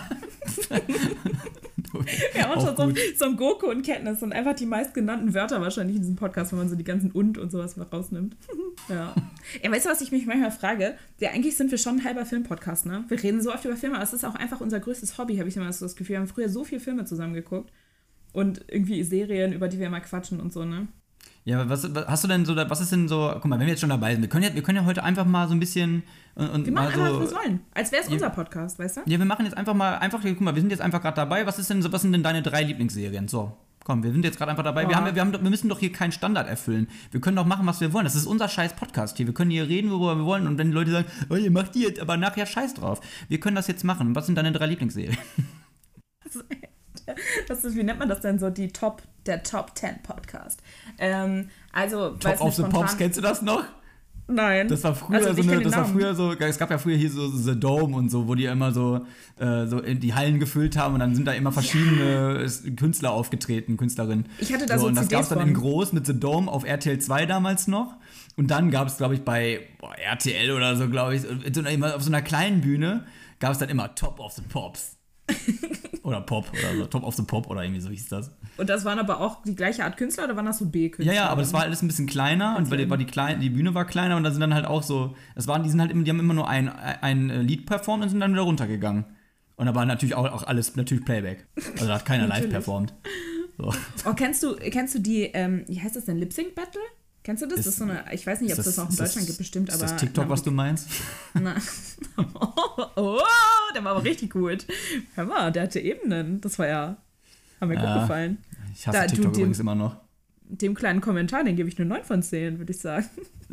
Ja, und schon so, so Goku und Katniss sind einfach die meistgenannten Wörter wahrscheinlich in diesem Podcast, wenn man so die ganzen und und sowas mal rausnimmt. Ja. Ja, weißt du, was ich mich manchmal frage? Ja, eigentlich sind wir schon ein halber Filmpodcast, ne? Wir reden so oft über Filme, aber es ist auch einfach unser größtes Hobby, habe ich immer so das Gefühl. Wir haben früher so viele Filme zusammen geguckt und irgendwie Serien, über die wir mal quatschen und so, ne? Ja, was, was hast du denn so, was ist denn so, guck mal, wenn wir jetzt schon dabei sind, wir können ja, wir können ja heute einfach mal so ein bisschen und, und wir machen mal so, einfach, was wir sollen, als wäre es ja, unser Podcast, weißt du? Ja, wir machen jetzt einfach mal, einfach, guck mal, wir sind jetzt einfach gerade dabei, was ist denn, was sind denn deine drei Lieblingsserien? So, komm, wir sind jetzt gerade einfach dabei, oh. wir, haben, wir, haben, wir müssen doch hier keinen Standard erfüllen, wir können doch machen, was wir wollen, das ist unser scheiß Podcast hier, wir können hier reden, worüber wir wollen und wenn die Leute sagen, oh, ihr macht die jetzt, aber nachher scheiß drauf, wir können das jetzt machen, was sind deine drei Lieblingsserien? Das ist, wie nennt man das denn so, die Top, der Top zehn Podcast. Ähm, also, Top of the Pops, kennst du das noch? Nein. Das war früher also, so eine, das war früher so, es gab ja früher hier so The Dome und so, wo die immer so, äh, so in die Hallen gefüllt haben und dann sind da immer verschiedene ja. Künstler aufgetreten, Künstlerinnen. Ich hatte da so, so und das gab es dann von. in groß mit The Dome auf R T L zwei damals noch und dann gab es, glaube ich, bei boah, R T L oder so, glaube ich, auf so einer kleinen Bühne gab es dann immer Top of the Pops. Oder Pop oder so, Top of the Pop oder irgendwie so hieß das. Und das waren aber auch die gleiche Art Künstler oder waren das so B-Künstler? Ja, ja, aber das war alles ein bisschen kleiner und weil die, war die, klein, die Bühne war kleiner und da sind dann halt auch so, das waren, die sind halt immer, die haben immer nur ein, ein Lied performt und sind dann wieder runtergegangen. Und da war natürlich auch, auch alles, natürlich Playback. Also da hat keiner live performt. So. Oh, kennst du, kennst du die, ähm, wie heißt das denn, Lip-Sync-Battle? Kennst du das? Ist, das ist so eine, ich weiß nicht, ob es das, das auch in Deutschland das, gibt, bestimmt, ist aber... Ist das TikTok, na, was du meinst? Na. Oh, oh, der war aber richtig gut. Hör mal, der hatte Ebenen. Das war ja, hat mir ja, gut gefallen. Ich hasse da, TikTok du, übrigens dem, immer noch. Dem kleinen Kommentar, den gebe ich nur neun von zehn, würde ich sagen.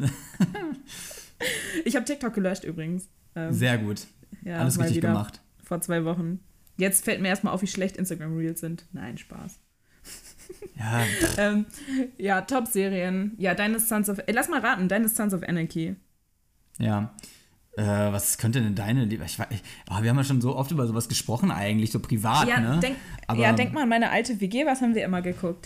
Ich habe TikTok gelöscht übrigens. Ähm, Sehr gut. Ja, alles richtig gemacht. Vor zwei Wochen. Jetzt fällt mir erstmal auf, wie schlecht Instagram Reels sind. Nein, Spaß. Ja. ähm, ja, Top-Serien. Ja, deine Sons of... Äh, lass mal raten, deine Sons of Anarchy. Ja. Äh, was könnte denn deine... Ich, ich, oh, wir haben ja schon so oft über sowas gesprochen eigentlich, so privat, ja, ne? Denk, Aber, ja, denk mal an meine alte W G. Was haben wir immer geguckt?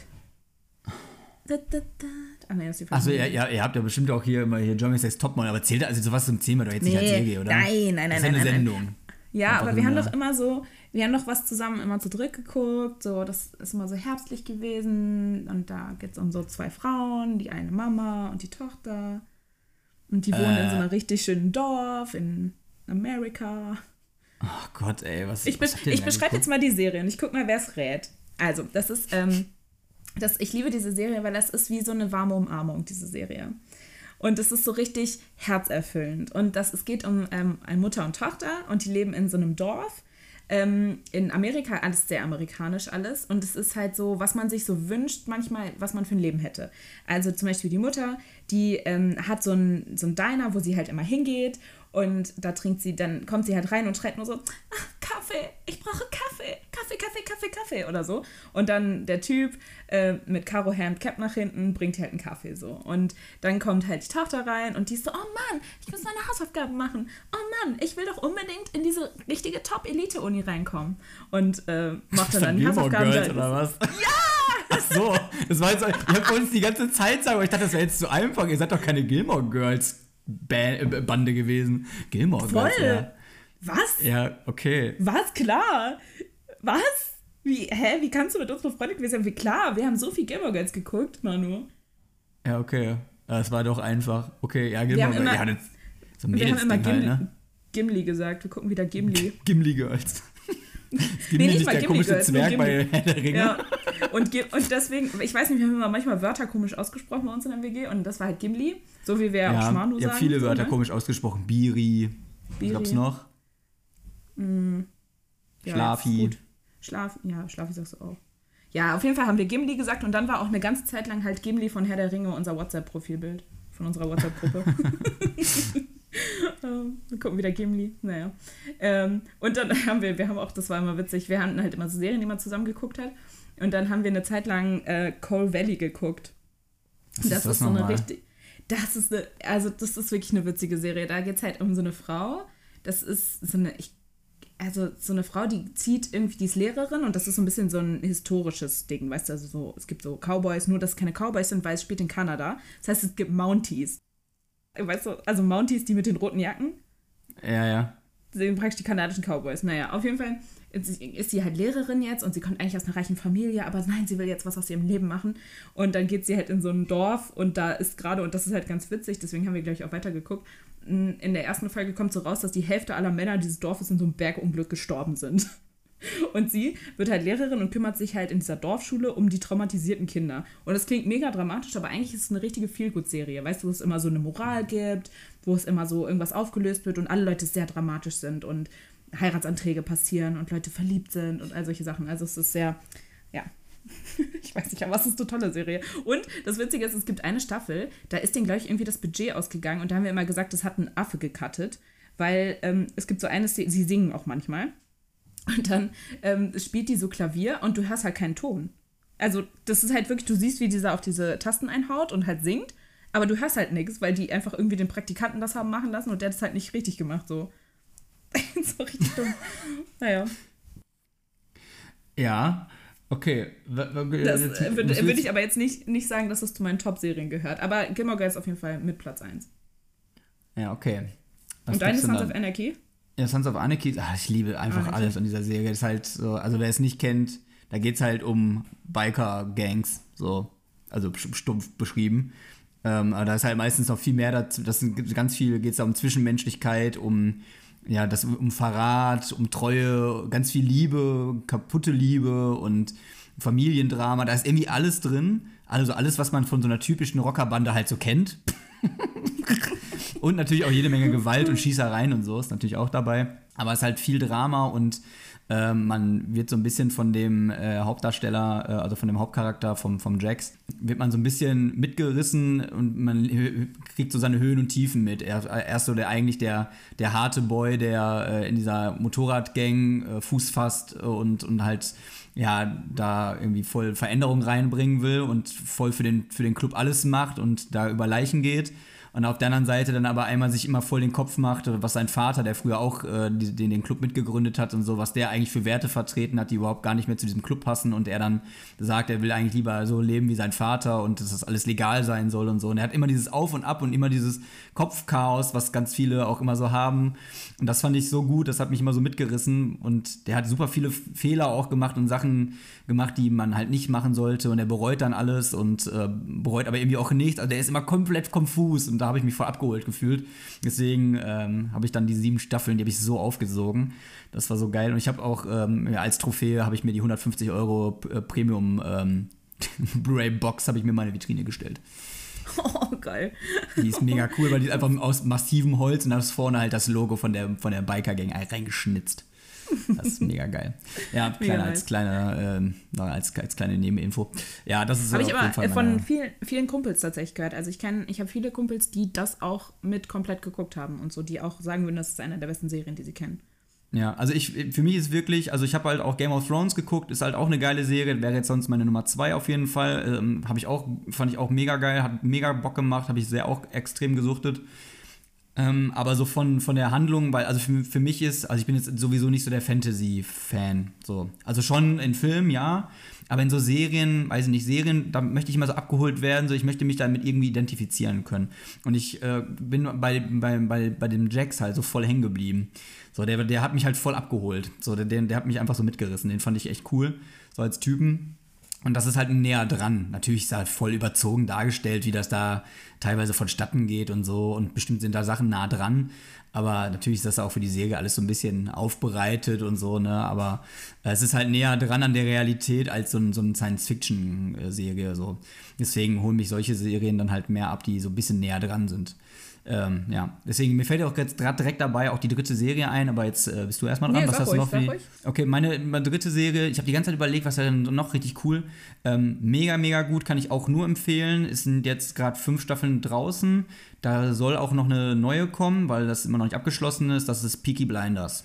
Da, da, da. Ah, nee, das ist die Achso, ihr, ihr, ihr habt ja bestimmt auch hier immer hier Jeremy Sex Topmodel, aber zählt also sowas zum Thema doch jetzt nee, nicht als Serie, oder? Nein, nein, nein. Das ist ja nein, eine nein, Sendung. Nein. Ja, Einfach aber wir haben mehr. doch immer so, wir haben doch was zusammen immer zu dritt geguckt, so, das ist immer so herbstlich gewesen und da geht es um so zwei Frauen, die eine Mama und die Tochter und die wohnen äh. in so einem richtig schönen Dorf in Amerika. Oh Gott, ey, was Ich, was be- ich beschreibe jetzt mal die Serie und ich guck mal, wer es rät. Also, das ist, ähm, das, ich liebe diese Serie, weil das ist wie so eine warme Umarmung, diese Serie. Und es ist so richtig herzerfüllend. Und das, es geht um ähm, eine Mutter und Tochter und die leben in so einem Dorf. Ähm, in Amerika, alles sehr amerikanisch alles. Und es ist halt so, was man sich so wünscht, manchmal, was man für ein Leben hätte. Also zum Beispiel die Mutter, die ähm, hat so ein, so ein Diner, wo sie halt immer hingeht. Und da trinkt sie, dann kommt sie halt rein und schreit nur so, ach, Kaffee, ich brauche Kaffee, Kaffee, Kaffee, Kaffee, Kaffee oder so. Und dann der Typ äh, mit Karohemd, Cap nach hinten, bringt halt einen Kaffee so. Und dann kommt halt die Tochter rein und die ist so, oh Mann, ich muss meine Hausaufgaben machen. Oh Mann, ich will doch unbedingt in diese richtige Top-Elite-Uni reinkommen. Und äh, macht dann, dann die Hausaufgaben. Girls oder was? Ja! Ach so, das war jetzt, ich hab uns die ganze Zeit sagen, aber ich dachte, das wäre jetzt zu einfach. Ihr seid doch keine Gilmore Girls Bande gewesen. Gilmore Voll. Girls, ja. Was? Ja, okay. Was? Klar. Was? Wie, hä? Wie kannst du mit uns befreundet gewesen sein? Wie klar, wir haben so viel Gilmore Girls geguckt, Manu. Ja, okay. Das war doch einfach. Okay, ja, Gilmore Girls. Ja, das, so wir haben immer Gimli, halt, ne? Gimli gesagt. Wir gucken wieder Gimli. Gimli Girls. Ist Gimli nee, nicht, nicht der komische Girls, Zwerg bei Herr der Ringe? Ja. Und, und deswegen, ich weiß nicht, wir haben immer manchmal Wörter komisch ausgesprochen bei uns in der W G und das war halt Gimli. So wie wir ja, auch Schmanu sagen. Ich habe viele Wörter so, ne? komisch ausgesprochen. Biri. Biri. Was gab's noch? Mm. Ja, Schlafi. Schlaf, ja, Schlafi sagst du auch. Ja, auf jeden Fall haben wir Gimli gesagt und dann war auch eine ganze Zeit lang halt Gimli von Herr der Ringe unser WhatsApp-Profilbild. Von unserer WhatsApp-Gruppe. ähm, wir gucken wieder Gimli. Naja. Ähm, und dann haben wir, wir haben auch, das war immer witzig, wir hatten halt immer so Serien, die man zusammen geguckt hat. Und dann haben wir eine Zeit lang äh, Coal Valley geguckt. Das, das ist, ist so eine richtig. Das ist eine, also das ist wirklich eine witzige Serie. Da geht es halt um so eine Frau. Das ist so eine, ich, also so eine Frau, die zieht irgendwie, die ist Lehrerin und das ist so ein bisschen so ein historisches Ding, weißt du, also so, es gibt so Cowboys, nur dass es keine Cowboys sind, weil es spielt in Kanada. Das heißt, es gibt Mounties. Weißt du, also Mounties, die mit den roten Jacken. Ja, ja. Das sind praktisch die kanadischen Cowboys. Naja, auf jeden Fall ist sie halt Lehrerin jetzt und sie kommt eigentlich aus einer reichen Familie, aber nein, sie will jetzt was aus ihrem Leben machen. Und dann geht sie halt in so ein Dorf und da ist gerade, und das ist halt ganz witzig, deswegen haben wir gleich auch weitergeguckt, in der ersten Folge kommt so raus, dass die Hälfte aller Männer dieses Dorfes in so einem Bergunglück gestorben sind. Und sie wird halt Lehrerin und kümmert sich halt in dieser Dorfschule um die traumatisierten Kinder. Und das klingt mega dramatisch, aber eigentlich ist es eine richtige Feel-Good-Serie. Weißt du, wo es immer so eine Moral gibt, wo es immer so irgendwas aufgelöst wird und alle Leute sehr dramatisch sind und Heiratsanträge passieren und Leute verliebt sind und all solche Sachen. Also es ist sehr, ja, ich weiß nicht, aber es ist eine tolle Serie. Und das Witzige ist, es gibt eine Staffel, da ist denen gleich irgendwie das Budget ausgegangen und da haben wir immer gesagt, das hat ein Affe gecuttet, weil ähm, es gibt so eine Szene, sie singen auch manchmal. Und dann ähm, spielt die so Klavier und du hörst halt keinen Ton. Also das ist halt wirklich, du siehst, wie dieser auf diese Tasten einhaut und halt singt, aber du hörst halt nichts, weil die einfach irgendwie den Praktikanten das haben machen lassen und der hat es halt nicht richtig gemacht, so. So richtig dumm. Naja. Ja, okay. Das äh, würde würd ich aber jetzt nicht, nicht sagen, dass das zu meinen Top-Serien gehört. Aber Gilmore Girls auf jeden Fall mit Platz eins. Ja, okay. Was und deine gibt's denn Sons dann? of Anarchy? Ja, Sons of Anarchy, ach, ich liebe einfach Ah, okay. alles an dieser Serie. Das ist halt so, also wer es nicht kennt, da geht es halt um Biker-Gangs, so, also stumpf beschrieben. Ähm, aber da ist halt meistens noch viel mehr dazu, das sind ganz viel, geht es da um Zwischenmenschlichkeit, um, ja, das, um Verrat, um Treue, ganz viel Liebe, kaputte Liebe und Familiendrama, da ist irgendwie alles drin. Also alles, was man von so einer typischen Rockerbande halt so kennt. Und natürlich auch jede Menge Gewalt und Schießereien und so ist natürlich auch dabei. Aber es ist halt viel Drama und äh, man wird so ein bisschen von dem äh, Hauptdarsteller, äh, also von dem Hauptcharakter vom, vom Jax, wird man so ein bisschen mitgerissen und man kriegt so seine Höhen und Tiefen mit. Er, er ist so der eigentlich der, der harte Boy, der äh, in dieser Motorradgang äh, Fuß fasst und, und halt ja, da irgendwie voll Veränderung reinbringen will und voll für den, für den Club alles macht und da über Leichen geht. Und auf der anderen Seite dann aber einmal sich immer voll den Kopf macht, was sein Vater, der früher auch äh, den, den Club mitgegründet hat und so, was der eigentlich für Werte vertreten hat, die überhaupt gar nicht mehr zu diesem Club passen. Und er dann sagt, er will eigentlich lieber so leben wie sein Vater und dass das alles legal sein soll und so. Und er hat immer dieses Auf und Ab und immer dieses Kopfchaos, was ganz viele auch immer so haben. Und das fand ich so gut, das hat mich immer so mitgerissen. Und der hat super viele Fehler auch gemacht und Sachen gemacht, die man halt nicht machen sollte. Und er bereut dann alles und äh, bereut aber irgendwie auch nichts. Also der ist immer komplett konfus und da habe ich mich voll abgeholt gefühlt. Deswegen ähm, habe ich dann die sieben Staffeln, die habe ich so aufgesogen. Das war so geil. Und ich habe auch ähm, ja, als Trophäe habe ich mir die hundertfünfzig Euro äh, Premium ähm, Blu-ray-Box habe ich mir in meine Vitrine gestellt. Oh, geil. Die ist mega cool, weil die ist einfach aus massivem Holz und da ist vorne halt das Logo von der, von der Biker-Gang reingeschnitzt. Das ist mega geil. Ja, kleiner, als, kleine, äh, als, als kleine Nebeninfo. Ja, das ist Habe ich auf aber jeden Fall von meine... vielen, vielen Kumpels tatsächlich gehört. Also ich kenne, ich habe viele Kumpels, die das auch mit komplett geguckt haben und so, die auch sagen würden, das ist eine der besten Serien, die sie kennen. Ja, also ich, für mich ist wirklich, also ich habe halt auch Game of Thrones geguckt, ist halt auch eine geile Serie, wäre jetzt sonst meine Nummer zwei auf jeden Fall. Ähm, habe ich auch, fand ich auch mega geil, hat mega Bock gemacht, habe ich sehr auch extrem gesuchtet. Ähm, aber so von, von der Handlung, weil, also für, für mich ist, also ich bin jetzt sowieso nicht so der Fantasy-Fan, so. Also schon in Filmen, ja, aber in so Serien, weiß ich nicht, Serien, da möchte ich immer so abgeholt werden, so ich möchte mich damit irgendwie identifizieren können. Und ich äh, bin bei, bei, bei, bei dem Jax halt so voll hängen geblieben. So, der, der hat mich halt voll abgeholt. So, der, der hat mich einfach so mitgerissen, den fand ich echt cool, so als Typen. Und das ist halt näher dran. Natürlich ist halt voll überzogen dargestellt, wie das da teilweise vonstatten geht und so. Und bestimmt sind da Sachen nah dran. Aber natürlich ist das auch für die Serie alles so ein bisschen aufbereitet und so, ne? Aber es ist halt näher dran an der Realität als so, ein, so eine Science-Fiction-Serie. So. Deswegen holen mich solche Serien dann halt mehr ab, die so ein bisschen näher dran sind. Ähm, ja, deswegen, mir fällt auch jetzt direkt dabei auch die dritte Serie ein, aber jetzt äh, bist du erstmal dran. Nee, was hast ruhig, du noch für die? ruhig. Okay, meine, meine dritte Serie, ich habe die ganze Zeit überlegt, was wäre denn noch richtig cool. Ähm, mega, mega gut, kann ich auch nur empfehlen. Es sind jetzt gerade fünf Staffeln draußen. Da soll auch noch eine neue kommen, weil das immer noch nicht abgeschlossen ist. Das ist Peaky Blinders.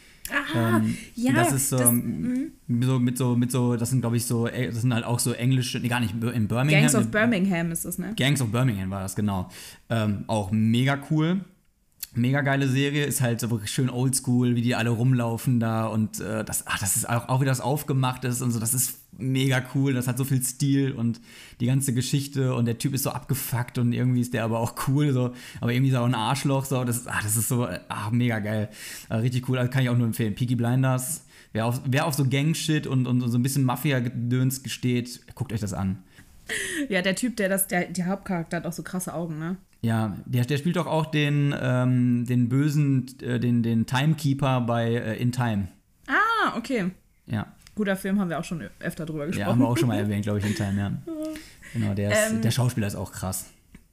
Ah, ähm, ja. Das ist das, ähm, so mit so, mit so, das sind glaube ich so, das sind halt auch so englische, nee, gar nicht, in Birmingham. Gangs of Birmingham ist das, ne? Gangs of Birmingham war das, genau. Ähm, auch mega cool. Mega geile Serie, ist halt so wirklich schön oldschool, wie die alle rumlaufen da und äh, das, ach, das ist auch, auch wie das aufgemacht ist und so, das ist mega cool, das hat so viel Stil und die ganze Geschichte und der Typ ist so abgefuckt und irgendwie ist der aber auch cool, so, aber irgendwie ist er auch ein Arschloch, so, das, ach, das ist so, ach, mega geil, also richtig cool, also kann ich auch nur empfehlen, Peaky Blinders, wer auf, wer auf so Gang-Shit und, und so ein bisschen Mafia-Gedöns steht, guckt euch das an. Ja, der Typ, der das, der, der Hauptcharakter hat auch so krasse Augen, ne? Ja, der, der spielt doch auch den, ähm, den bösen, äh, den, den Timekeeper bei äh, In Time. Ah, okay. Ja. Guter Film, haben wir auch schon öfter drüber gesprochen. Ja, haben wir auch schon mal erwähnt, glaube ich, In Time, ja. Genau, der, ist, Ähm, der Schauspieler ist auch krass.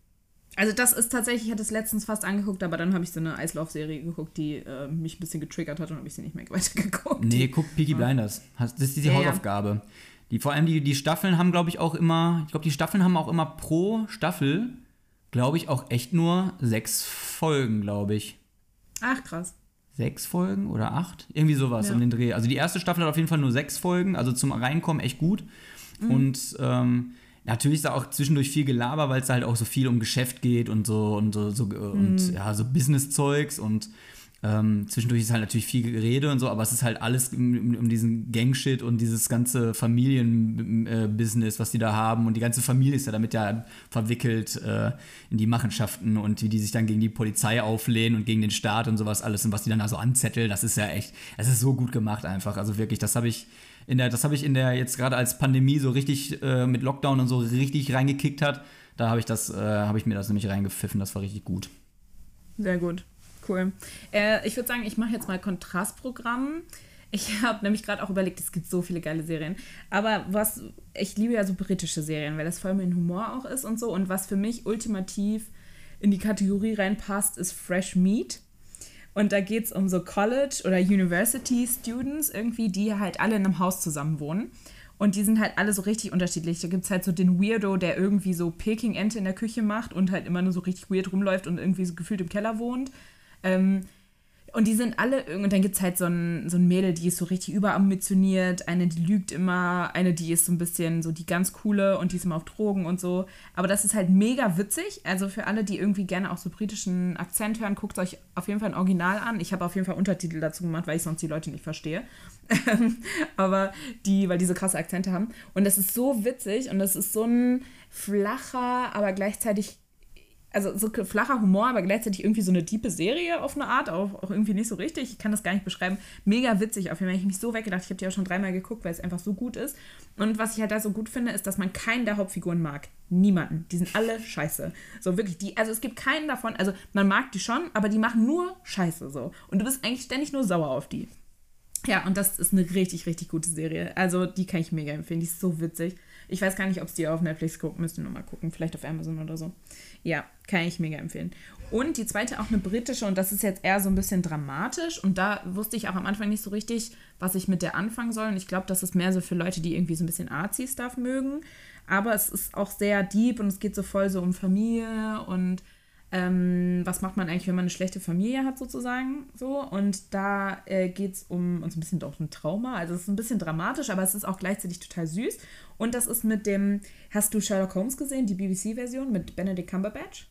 Also das ist tatsächlich, ich hatte es letztens fast angeguckt, aber dann habe ich so eine Eislauf-Serie geguckt, die äh, mich ein bisschen getriggert hat und habe ich sie nicht mehr weitergeguckt. Nee, guck Peaky Blinders. Das ist die Ja, Hausaufgabe. Die, vor allem die, die Staffeln haben, glaube ich, auch immer, ich glaube, die Staffeln haben auch immer pro Staffel, glaube ich, auch echt nur sechs Folgen, glaube ich. Ach, krass. sechs Folgen oder acht, irgendwie sowas ja. um den Dreh. Also die erste Staffel hat auf jeden Fall nur sechs Folgen, also zum Reinkommen echt gut. Mhm. Und ähm, natürlich ist da auch zwischendurch viel Gelaber, weil es da halt auch so viel um Geschäft geht und so und so, so mhm. und ja, so Business-Zeugs und Ähm, zwischendurch ist halt natürlich viel Gerede und so, aber es ist halt alles um, um diesen Gang-Shit und dieses ganze Familien-Business, äh, was die da haben, und die ganze Familie ist ja damit ja verwickelt äh, in die Machenschaften und wie die sich dann gegen die Polizei auflehnen und gegen den Staat und sowas alles und was die dann da so anzetteln, das ist ja echt, das ist so gut gemacht einfach, also wirklich, das habe ich in der, das habe ich in der, jetzt gerade als Pandemie so richtig äh, mit Lockdown und so richtig reingekickt hat, da habe ich das, äh, habe ich mir das nämlich reingepfiffen, das war richtig gut. Sehr gut. Cool. Äh, ich würde sagen, ich mache jetzt mal Kontrastprogramm. Ich habe nämlich gerade auch überlegt, es gibt so viele geile Serien. Aber was, ich liebe ja so britische Serien, weil das voll mein Humor auch ist und so. Und was für mich ultimativ in die Kategorie reinpasst, ist Fresh Meat. Und da geht es um so College- oder University-Students irgendwie, die halt alle in einem Haus zusammen wohnen. Und die sind halt alle so richtig unterschiedlich. Da gibt es halt so den Weirdo, der irgendwie so Peking-Ente in der Küche macht und halt immer nur so richtig weird rumläuft und irgendwie so gefühlt im Keller wohnt. Ähm, und die sind alle, und dann gibt es halt so ein, so ein Mädel, die ist so richtig überambitioniert, eine, die lügt immer, eine, die ist so ein bisschen so die ganz coole und die ist immer auf Drogen und so. Aber das ist halt mega witzig, also für alle, die irgendwie gerne auch so britischen Akzent hören, guckt euch auf jeden Fall ein Original an. Ich habe auf jeden Fall Untertitel dazu gemacht, weil ich sonst die Leute nicht verstehe. Aber die, weil die so krasse Akzente haben. Und das ist so witzig und das ist so ein flacher, aber gleichzeitig also so flacher Humor, aber gleichzeitig irgendwie so eine tiefe Serie auf eine Art, auch, auch irgendwie nicht so richtig. Ich kann das gar nicht beschreiben. Mega witzig auf jeden Fall. Ich habe mich so weggedacht. Ich habe die auch schon dreimal geguckt, weil es einfach so gut ist. Und was ich halt da so gut finde, ist, dass man keinen der Hauptfiguren mag. Niemanden. Die sind alle scheiße. So wirklich, die, also es gibt keinen davon, also man mag die schon, aber die machen nur Scheiße so. Und du bist eigentlich ständig nur sauer auf die. Ja, und das ist eine richtig, richtig gute Serie. Also die kann ich mega empfehlen. Die ist so witzig. Ich weiß gar nicht, ob es die auf Netflix guckt. Müsst ihr nochmal gucken. Vielleicht auf Amazon oder so. Ja, kann ich mega empfehlen. Und die zweite auch eine britische. Und das ist jetzt eher so ein bisschen dramatisch. Und da wusste ich auch am Anfang nicht so richtig, was ich mit der anfangen soll. Und ich glaube, das ist mehr so für Leute, die irgendwie so ein bisschen Artsy-Stuff mögen. Aber es ist auch sehr deep und es geht so voll so um Familie und Ähm, was macht man eigentlich, wenn man eine schlechte Familie hat, sozusagen, so. Und da äh, geht es um, um so ein bisschen doch ein Trauma. Also es ist ein bisschen dramatisch, aber es ist auch gleichzeitig total süß. Und das ist mit dem, hast du Sherlock Holmes gesehen, die B B C-Version mit Benedict Cumberbatch?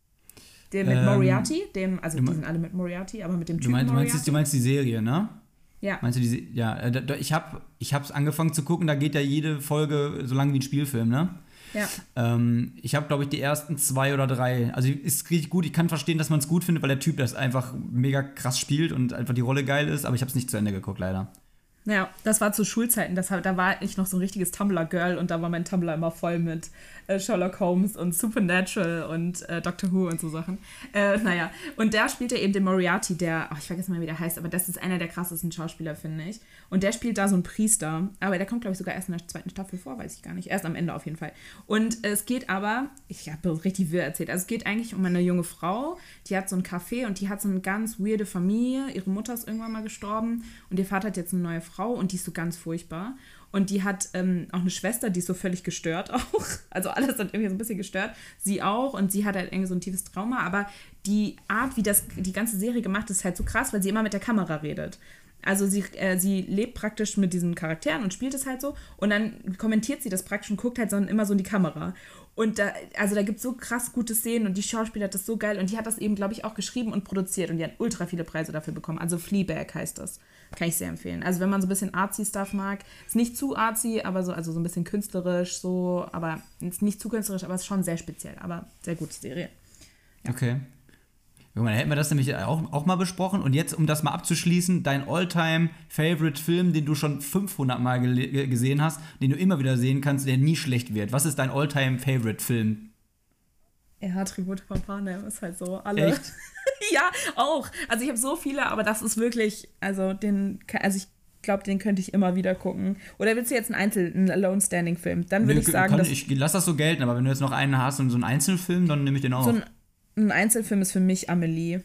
Der mit ähm, Moriarty, dem, also die sind alle mit Moriarty, aber mit dem Typen du meinst, Moriarty. Du meinst, du meinst die Serie, ne? Ja. Meinst du diese, ja, äh, ich habe ich hab's angefangen zu gucken, da geht ja jede Folge so lang wie ein Spielfilm, ne? Ja. Ähm, ich habe, glaube ich, die ersten zwei oder drei. Also ist richtig gut. Ich kann verstehen, dass man es gut findet, weil der Typ das einfach mega krass spielt und einfach die Rolle geil ist. Aber ich habe es nicht zu Ende geguckt, leider. Ja, das war zu Schulzeiten. Das, da war ich noch so ein richtiges Tumblr-Girl und da war mein Tumblr immer voll mit äh, Sherlock Holmes und Supernatural und äh, Doctor Who und so Sachen. Äh, naja, und da spielt er eben den Moriarty, der, oh, ich vergesse mal, wie der heißt, aber das ist einer der krassesten Schauspieler, finde ich. Und der spielt da so einen Priester. Aber der kommt, glaube ich, sogar erst in der zweiten Staffel vor, weiß ich gar nicht. Erst am Ende auf jeden Fall. Und äh, es geht aber, ich habe richtig wirr erzählt, also es geht eigentlich um eine junge Frau, die hat so ein Café und die hat so eine ganz weirde Familie. Ihre Mutter ist irgendwann mal gestorben und ihr Vater hat jetzt eine neue Frau. Frau und die ist so ganz furchtbar. Und die hat ähm, auch eine Schwester, die ist so völlig gestört auch. Also alles sind irgendwie so ein bisschen gestört. Sie auch. Und sie hat halt irgendwie so ein tiefes Trauma. Aber die Art, wie das die ganze Serie gemacht ist, ist halt so krass, weil sie immer mit der Kamera redet. Also sie, äh, sie lebt praktisch mit diesen Charakteren und spielt es halt so. Und dann kommentiert sie das praktisch und guckt halt so immer so in die Kamera. Und da, also da gibt es so krass gute Szenen und die Schauspieler hat das so geil. Und die hat das eben, glaube ich, auch geschrieben und produziert. Und die hat ultra viele Preise dafür bekommen. Also Fleabag heißt das. Kann ich sehr empfehlen. Also wenn man so ein bisschen Artsy-Stuff mag, ist nicht zu artsy, aber so, also so ein bisschen künstlerisch, so, aber ist nicht zu künstlerisch, aber ist schon sehr speziell. Aber sehr gute Serie. Ja. Okay. Dann hätten wir das nämlich auch, auch mal besprochen. Und jetzt, um das mal abzuschließen, dein All-Time-Favorite-Film, den du schon fünfhundert Mal ge- gesehen hast, den du immer wieder sehen kannst, der nie schlecht wird. Was ist dein All-Time-Favorite-Film? Ja, Tribute von Panem ist halt so alle. Echt? Ja, auch. Also ich habe so viele, aber das ist wirklich, also den, also ich glaube, den könnte ich immer wieder gucken. Oder willst du jetzt einen Einzel-, einen Alone-Standing-Film? Dann würde ich sagen, kann, dass ich lass das so gelten, aber wenn du jetzt noch einen hast und so einen Einzelfilm, dann nehme ich den auch. So ein, ein Einzelfilm ist für mich Amelie.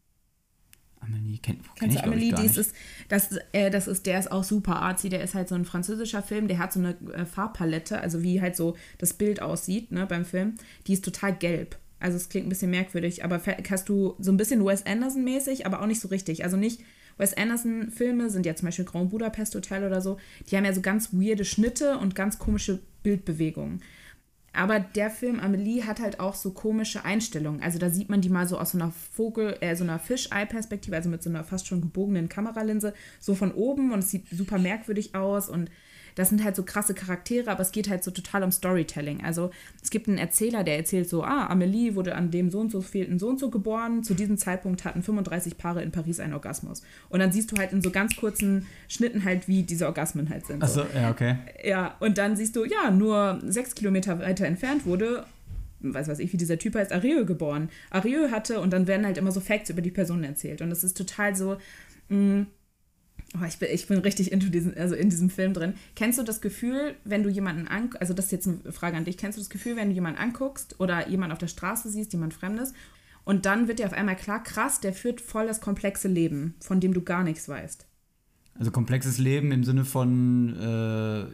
Amelie, kenn, kenn Kennst ich, du Amelie? ich, gar Dies nicht. Ist, das, äh, das ist, der ist auch super artsy. Der ist halt so ein französischer Film. Der hat so eine äh, Farbpalette, also wie halt so das Bild aussieht, ne, beim Film. Die ist total gelb. Also es klingt ein bisschen merkwürdig, aber hast du so ein bisschen Wes Anderson-mäßig, aber auch nicht so richtig. Also nicht, Wes Anderson-Filme sind ja zum Beispiel Grand Budapest Hotel oder so, die haben ja so ganz weirde Schnitte und ganz komische Bildbewegungen. Aber der Film Amelie hat halt auch so komische Einstellungen. Also da sieht man die mal so aus so einer Vogel, äh, so einer Fischei-Perspektive, also mit so einer fast schon gebogenen Kameralinse, so von oben und es sieht super merkwürdig aus und das sind halt so krasse Charaktere, aber es geht halt so total um Storytelling. Also es gibt einen Erzähler, der erzählt so, ah, Amelie wurde an dem so und so fehlten so und so geboren. Zu diesem Zeitpunkt hatten fünfunddreißig Paare in Paris einen Orgasmus. Und dann siehst du halt in so ganz kurzen Schnitten halt, wie diese Orgasmen halt sind. Achso, ja, okay. Ja, und dann siehst du, ja, nur sechs Kilometer weiter entfernt wurde, weiß was ich, wie dieser Typ heißt, Arieux geboren. Arieux hatte, und dann werden halt immer so Facts über die Person erzählt. Und das ist total so, mh, Oh, ich, bin, ich bin richtig into diesen, also in diesem Film drin. Kennst du das Gefühl, wenn du jemanden anguckst, also das ist jetzt eine Frage an dich, kennst du das Gefühl, wenn du jemanden anguckst oder jemanden auf der Straße siehst, jemand Fremdes, und dann wird dir auf einmal klar, krass, der führt voll das komplexe Leben, von dem du gar nichts weißt. Also komplexes Leben im Sinne von, äh,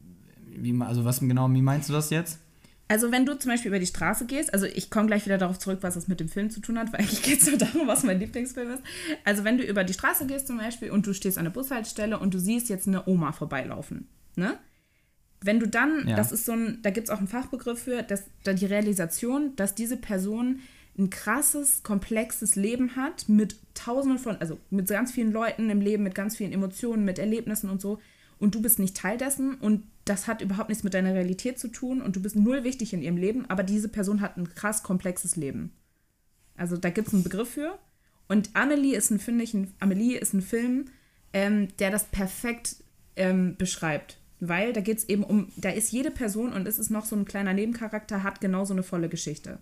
wie, also was genau, wie meinst du das jetzt? Also wenn du zum Beispiel über die Straße gehst, also ich komme gleich wieder darauf zurück, was das mit dem Film zu tun hat, weil eigentlich geht es nur darum, was mein Lieblingsfilm ist. Also wenn du über die Straße gehst zum Beispiel und du stehst an der Bushaltestelle und du siehst jetzt eine Oma vorbeilaufen, ne? Wenn du dann, ja. das ist so ein, da gibt es auch einen Fachbegriff für, dass, da die Realisation, dass diese Person ein krasses, komplexes Leben hat mit tausenden von, also mit ganz vielen Leuten im Leben, mit ganz vielen Emotionen, mit Erlebnissen und so, und du bist nicht Teil dessen und das hat überhaupt nichts mit deiner Realität zu tun und du bist null wichtig in ihrem Leben, aber diese Person hat ein krass komplexes Leben. Also da gibt es einen Begriff für. Und Amelie ist ein, finde ich, ein, Amelie ist ein Film, ähm, der das perfekt ähm, beschreibt. Weil da geht es eben um, da ist jede Person und es ist noch so ein kleiner Nebencharakter, hat genauso eine volle Geschichte.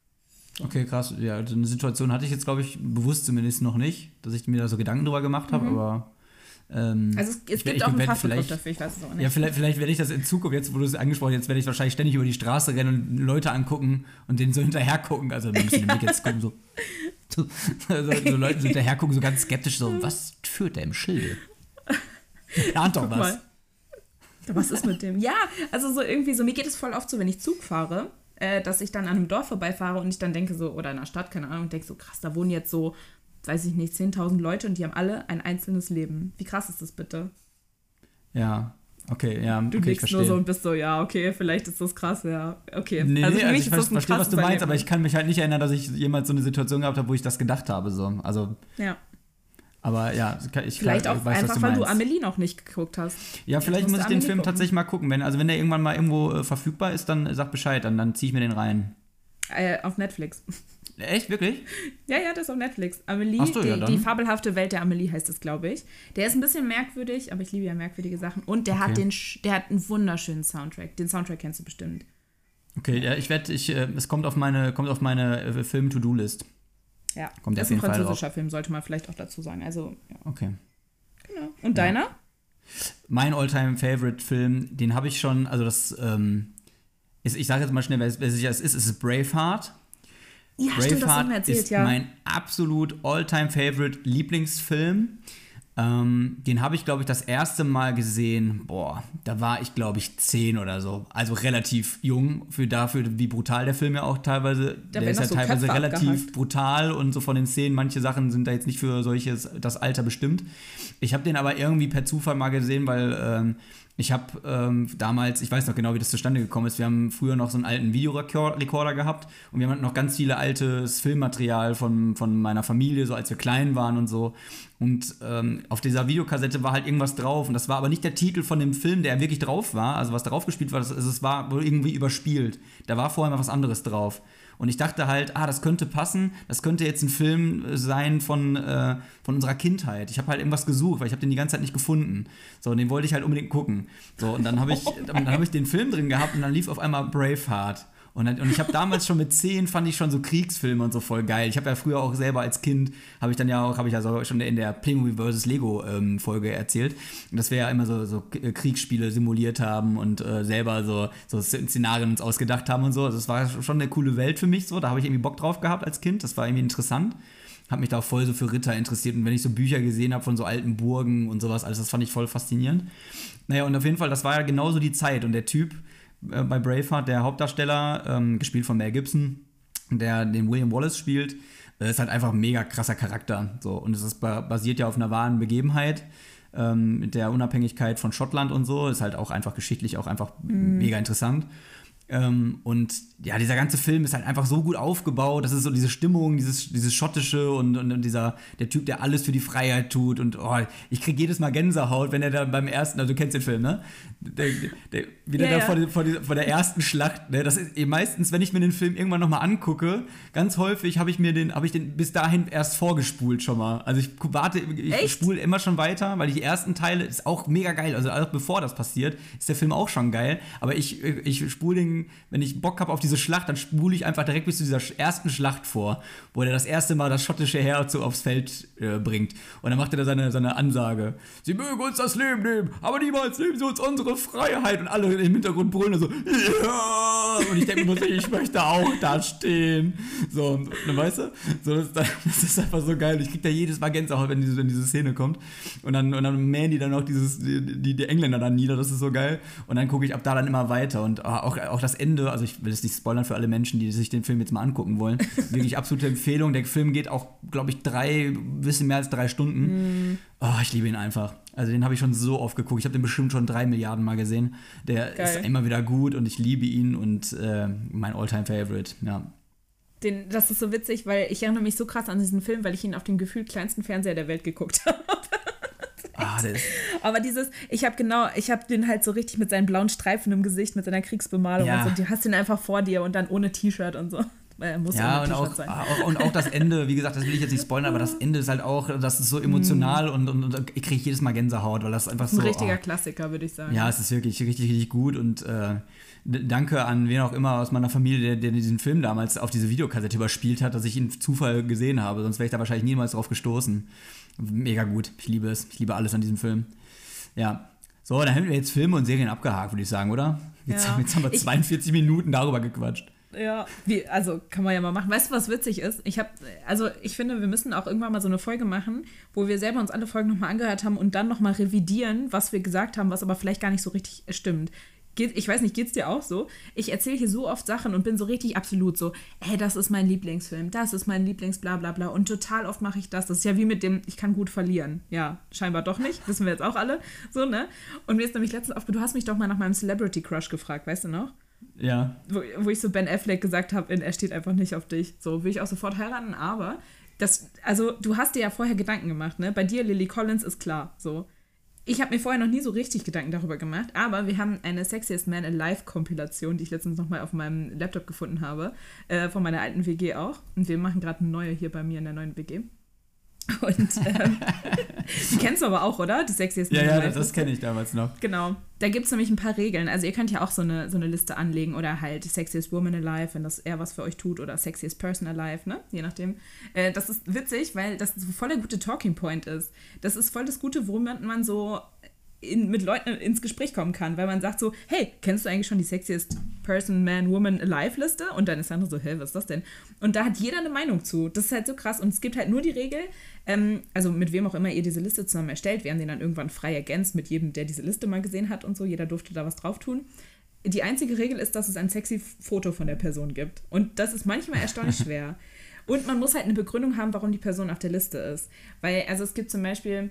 Okay, krass. Ja, also eine Situation hatte ich jetzt, glaube ich, bewusst zumindest noch nicht, dass ich mir da so Gedanken drüber gemacht habe, mhm. aber Ähm, also es, es gibt auch einen Fachbegriff dafür, ich weiß es auch nicht. Ja, vielleicht, vielleicht werde ich das in Zukunft, jetzt wo du es angesprochen hast, jetzt werde ich wahrscheinlich ständig über die Straße rennen und Leute angucken und denen so hinterher gucken, also wir müssen den Blick jetzt gucken, so, so, so, so Leute so hinterher gucken, so ganz skeptisch, so, was führt der im Schilde? Der ahnt doch was. Mal. Was ist mit dem? Ja, also so irgendwie so, mir geht es voll oft so, wenn ich Zug fahre, äh, dass ich dann an einem Dorf vorbeifahre und ich dann denke so, oder in einer Stadt, keine Ahnung, und denke so, krass, da wohnen jetzt so, weiß ich nicht, zehntausend Leute und die haben alle ein einzelnes Leben. Wie krass ist das bitte? Ja, okay, ja, du okay, liegst nur so und bist so, ja, okay, vielleicht ist das krass, ja, okay. Nee, also, nee, also ich verstehe, versteh, was du meinst, aber ich kann mich halt nicht erinnern, dass ich jemals so eine Situation gehabt habe, wo ich das gedacht habe, so, also. Ja. Aber ja, ich, vielleicht kann, auch ich weiß, einfach, was du weil meinst. du Amelie noch nicht geguckt hast. Ja, vielleicht muss ich den Film gucken. tatsächlich mal gucken. Wenn, also wenn der irgendwann mal irgendwo äh, verfügbar ist, dann sag Bescheid, dann, dann ziehe ich mir den rein. Äh, auf Netflix. Echt? Wirklich? Ja, ja, das ist auf Netflix. Amelie, Ach so, die, ja, dann. die fabelhafte Welt der Amelie heißt es, glaube ich. Der ist ein bisschen merkwürdig, aber ich liebe ja merkwürdige Sachen. Und der, okay. hat, den, der hat einen wunderschönen Soundtrack. Den Soundtrack kennst du bestimmt. Okay, ja, ich werde, ich, äh, es kommt auf meine, kommt auf meine äh, Film-To-Do-List. Ja, kommt das ist ein französischer Film, sollte man vielleicht auch dazu sagen. Also, ja. Okay. Genau. Und deiner? Ja. Mein All-Time-Favorite-Film, den habe ich schon, also das, ähm, ist, ich sage jetzt mal schnell, wer es sicher ist, ist, ist Braveheart. Ja, Braveheart stimmt, das haben wir erzählt, ist ja. mein absolut All-Time-Favorite Lieblingsfilm. Ähm, den habe ich, glaube ich, das erste Mal gesehen, boah, da war ich, glaube ich, zehn oder so. Also relativ jung für dafür, wie brutal der Film ja auch teilweise, da der ist ja so teilweise Köpfe relativ abgehackt. brutal und so von den Szenen, manche Sachen sind da jetzt nicht für solches, das Alter bestimmt. Ich habe den aber irgendwie per Zufall mal gesehen, weil ähm, ich habe ähm, damals, ich weiß noch genau, wie das zustande gekommen ist, wir haben früher noch so einen alten Videorekorder gehabt und wir haben noch ganz viele altes Filmmaterial von, von meiner Familie, so als wir klein waren und so. Und ähm, auf dieser Videokassette war halt irgendwas drauf und das war aber nicht der Titel von dem Film, der wirklich drauf war, also was drauf gespielt war, das, also es war wohl irgendwie überspielt. Da war vorher mal was anderes drauf. Und ich dachte halt, ah, das könnte passen, das könnte jetzt ein Film sein von, äh, von unserer Kindheit. Ich habe halt irgendwas gesucht, weil ich habe den die ganze Zeit nicht gefunden. So, und den wollte ich halt unbedingt gucken. So, und dann habe ich, dann hab ich den Film drin gehabt und dann lief auf einmal Braveheart. Und, dann, und ich habe damals schon mit zehn, fand ich schon so Kriegsfilme und so voll geil. Ich habe ja früher auch selber als Kind, habe ich dann ja auch, habe ich ja so schon in der Playmobil versus. Lego ähm, Folge erzählt, dass wir ja immer so, so Kriegsspiele simuliert haben und äh, selber so, so Szenarien uns ausgedacht haben und so. Das war schon eine coole Welt für mich so. Da habe ich irgendwie Bock drauf gehabt als Kind. Das war irgendwie interessant. Habe mich da auch voll so für Ritter interessiert. Und wenn ich so Bücher gesehen habe von so alten Burgen und sowas, alles, das fand ich voll faszinierend. Naja, und auf jeden Fall, das war ja genauso die Zeit. Und der Typ äh, bei Braveheart, der Hauptdarsteller, ähm, gespielt von Mel Gibson, der den William Wallace spielt, Das ist halt einfach ein mega krasser Charakter. So. Und es ist basiert ja auf einer wahren Begebenheit. Ähm, mit der Unabhängigkeit von Schottland und so. Ist halt auch einfach geschichtlich auch einfach mm. mega interessant. Ähm, und ja, dieser ganze Film ist halt einfach so gut aufgebaut. Das ist so diese Stimmung, dieses, dieses Schottische und, und, und dieser, der Typ, der alles für die Freiheit tut. Und oh, ich krieg jedes Mal Gänsehaut, wenn er da beim ersten, also du kennst den Film, ne? Der, der, wieder ja, da ja. Vor, die, vor, die, vor der ersten Schlacht, ne? Das ist meistens, wenn ich mir den Film irgendwann nochmal angucke, ganz häufig habe ich mir den, habe ich den bis dahin erst vorgespult schon mal. Also ich warte, ich spule immer schon weiter, weil die ersten Teile ist auch mega geil. Also auch bevor das passiert, ist der Film auch schon geil. Aber ich, ich spule den, wenn ich Bock habe auf diese Schlacht, dann spule ich einfach direkt bis zu dieser ersten Schlacht vor, wo er das erste Mal das schottische Heer so aufs Feld äh, bringt. Und dann macht er da seine, seine Ansage. Sie mögen uns das Leben nehmen, aber niemals nehmen sie uns unsere Freiheit. Und alle im Hintergrund brüllen so, ja! Und ich denke mir so, ich möchte auch da stehen. So, und, und weißt du? So, das, das ist einfach so geil. Ich krieg da jedes Mal Gänsehaut, wenn diese, wenn diese Szene kommt. Und dann, und dann mähen die dann auch dieses, die, die, die Engländer dann nieder. Das ist so geil. Und dann gucke ich ab da dann immer weiter. Und auch, auch das Ende, also ich will es nicht spoilern für alle Menschen, die sich den Film jetzt mal angucken wollen. Wirklich absolute Empfehlung. Der Film geht auch, glaube ich, drei, bisschen mehr als drei Stunden. Mm. Oh, ich liebe ihn einfach. Also den habe ich schon so oft geguckt. Ich habe den bestimmt schon drei Milliarden Mal gesehen. Der Geil. Ist immer wieder gut und ich liebe ihn und äh, mein All-Time-Favorite, ja. Den, das ist so witzig, weil ich erinnere mich so krass an diesen Film, weil ich ihn auf dem gefühlt kleinsten Fernseher der Welt geguckt habe. Ah, das Aber dieses, ich habe genau, ich habe den halt so richtig mit seinen blauen Streifen im Gesicht, mit seiner Kriegsbemalung ja. und so. Du hast ihn einfach vor dir und dann ohne T-Shirt und so. Er muss ja, und auch, sein. Auch, und auch das Ende, wie gesagt, das will ich jetzt nicht spoilern, aber das Ende ist halt auch, das ist so emotional mm. und, und, und ich kriege jedes Mal Gänsehaut, weil das einfach so... Ein richtiger oh, Klassiker, würde ich sagen. Ja, es ist wirklich richtig, richtig gut und äh, danke an wen auch immer aus meiner Familie, der, der diesen Film damals auf diese Videokassette überspielt hat, dass ich ihn Zufall gesehen habe, sonst wäre ich da wahrscheinlich niemals drauf gestoßen. Mega gut, ich liebe es, ich liebe alles an diesem Film. Ja, so, dann haben wir jetzt Filme und Serien abgehakt, würde ich sagen, oder? Jetzt, ja. jetzt haben wir zweiundvierzig ich, Minuten darüber gequatscht. Ja, wie, also kann man ja mal machen. Weißt du, was witzig ist? Ich habe, also ich finde, wir müssen auch irgendwann mal so eine Folge machen, wo wir selber uns alle Folgen nochmal angehört haben und dann nochmal revidieren, was wir gesagt haben, was aber vielleicht gar nicht so richtig stimmt. Geht, ich weiß nicht, geht's dir auch so? Ich erzähle hier so oft Sachen und bin so richtig absolut so, ey, das ist mein Lieblingsfilm, das ist mein Lieblings bla bla bla und total oft mache ich das. Das ist ja wie mit dem, ich kann gut verlieren. Ja, scheinbar doch nicht, wissen wir jetzt auch alle. So, ne? Und mir ist nämlich letztens aufgefallen, du hast mich doch mal nach meinem Celebrity Crush gefragt, weißt du noch? Ja. Wo, wo ich so Ben Affleck gesagt habe, er steht einfach nicht auf dich. So, will ich auch sofort heiraten, aber das, also du hast dir ja vorher Gedanken gemacht, ne? Bei dir, Lily Collins, ist klar, so. Ich habe mir vorher noch nie so richtig Gedanken darüber gemacht, aber wir haben eine Sexiest Man Alive-Kompilation, die ich letztens nochmal auf meinem Laptop gefunden habe, äh, von meiner alten W G auch. Und wir machen gerade eine neue hier bei mir in der neuen W G. Und ähm, die kennst du aber auch, oder? Die Sexiest Man ja, Alive. Ja, das kenne ich damals noch. Genau. Da gibt es nämlich ein paar Regeln. Also ihr könnt ja auch so eine, so eine Liste anlegen oder halt Sexiest Woman Alive, wenn das eher was für euch tut, oder Sexiest Person Alive, ne? Je nachdem. Äh, das ist witzig, weil das so voll der gute Talking Point ist. Das ist voll das Gute, womit man so in, mit Leuten ins Gespräch kommen kann, weil man sagt so, hey, kennst du eigentlich schon die Sexiest Person, Man, Woman Alive Liste? Und dann ist der andere so, hä, was ist das denn? Und da hat jeder eine Meinung zu. Das ist halt so krass. Und es gibt halt nur die Regel, ähm, also mit wem auch immer ihr diese Liste zusammen erstellt, wir haben den dann irgendwann frei ergänzt mit jedem, der diese Liste mal gesehen hat und so. Jeder durfte da was drauf tun. Die einzige Regel ist, dass es ein sexy Foto von der Person gibt. Und das ist manchmal erstaunlich schwer. Und man muss halt eine Begründung haben, warum die Person auf der Liste ist. Weil, also es gibt zum Beispiel...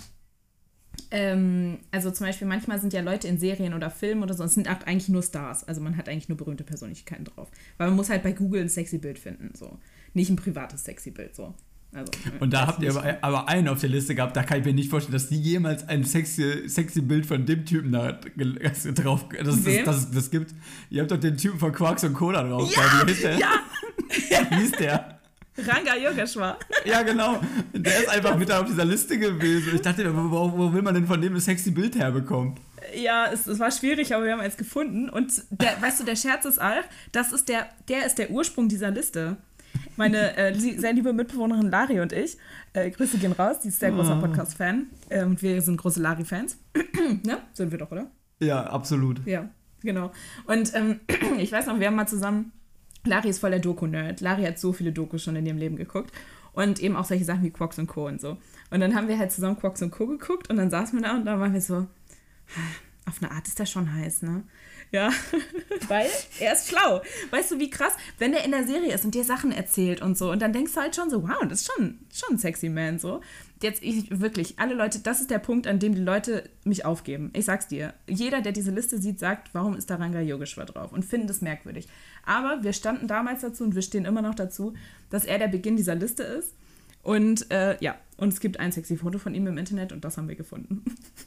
Ähm, also zum Beispiel manchmal sind ja Leute in Serien oder Filmen oder so, es sind eigentlich nur Stars, also man hat eigentlich nur berühmte Persönlichkeiten drauf, weil man muss halt bei Google ein sexy Bild finden, so, nicht ein privates sexy Bild, so. Also, und da habt ihr aber, aber einen auf der Liste gehabt, da kann ich mir nicht vorstellen, dass die jemals ein sexy, sexy Bild von dem Typen da drauf, das, das, das, das gibt. Ihr habt doch den Typen von Quarks und Cola drauf. Ja, wie hieß der? Ja. Wie hieß der? Ranga Yogeshwar. Ja, genau. Der ist einfach mit da auf dieser Liste gewesen. Ich dachte, wo, wo will man denn von dem ein sexy Bild herbekommen? Ja, es, es war schwierig, aber wir haben eins gefunden. Und der, weißt du, der Scherz ist auch, das ist der, der ist der Ursprung dieser Liste. Meine äh, sehr liebe Mitbewohnerin Lari und ich, äh, Grüße gehen raus, die ist sehr großer Podcast-Fan. Äh, und wir sind große Lari-Fans. Ne? Sind wir doch, oder? Ja, absolut. Ja, genau. Und ähm, ich weiß noch, wir haben mal zusammen... Lari ist voll der Doku-Nerd. Lari hat so viele Dokus schon in ihrem Leben geguckt. Und eben auch solche Sachen wie Quarks und Co. und so. Und dann haben wir halt zusammen Quarks und Co. geguckt und dann saßen wir da und dann waren wir so, auf eine Art ist das schon heiß, ne? Ja, weil er ist schlau. Weißt du, wie krass, wenn der in der Serie ist und dir Sachen erzählt und so und dann denkst du halt schon so, wow, das ist schon, schon ein sexy Man, so. Jetzt, ich, wirklich, alle Leute, das ist der Punkt, an dem die Leute mich aufgeben. Ich sag's dir. Jeder, der diese Liste sieht, sagt, warum ist da Ranga Yogeshwar drauf und finden das merkwürdig. Aber wir standen damals dazu und wir stehen immer noch dazu, dass er der Beginn dieser Liste ist. Und äh, ja, und es gibt ein sexy Foto von ihm im Internet und das haben wir gefunden.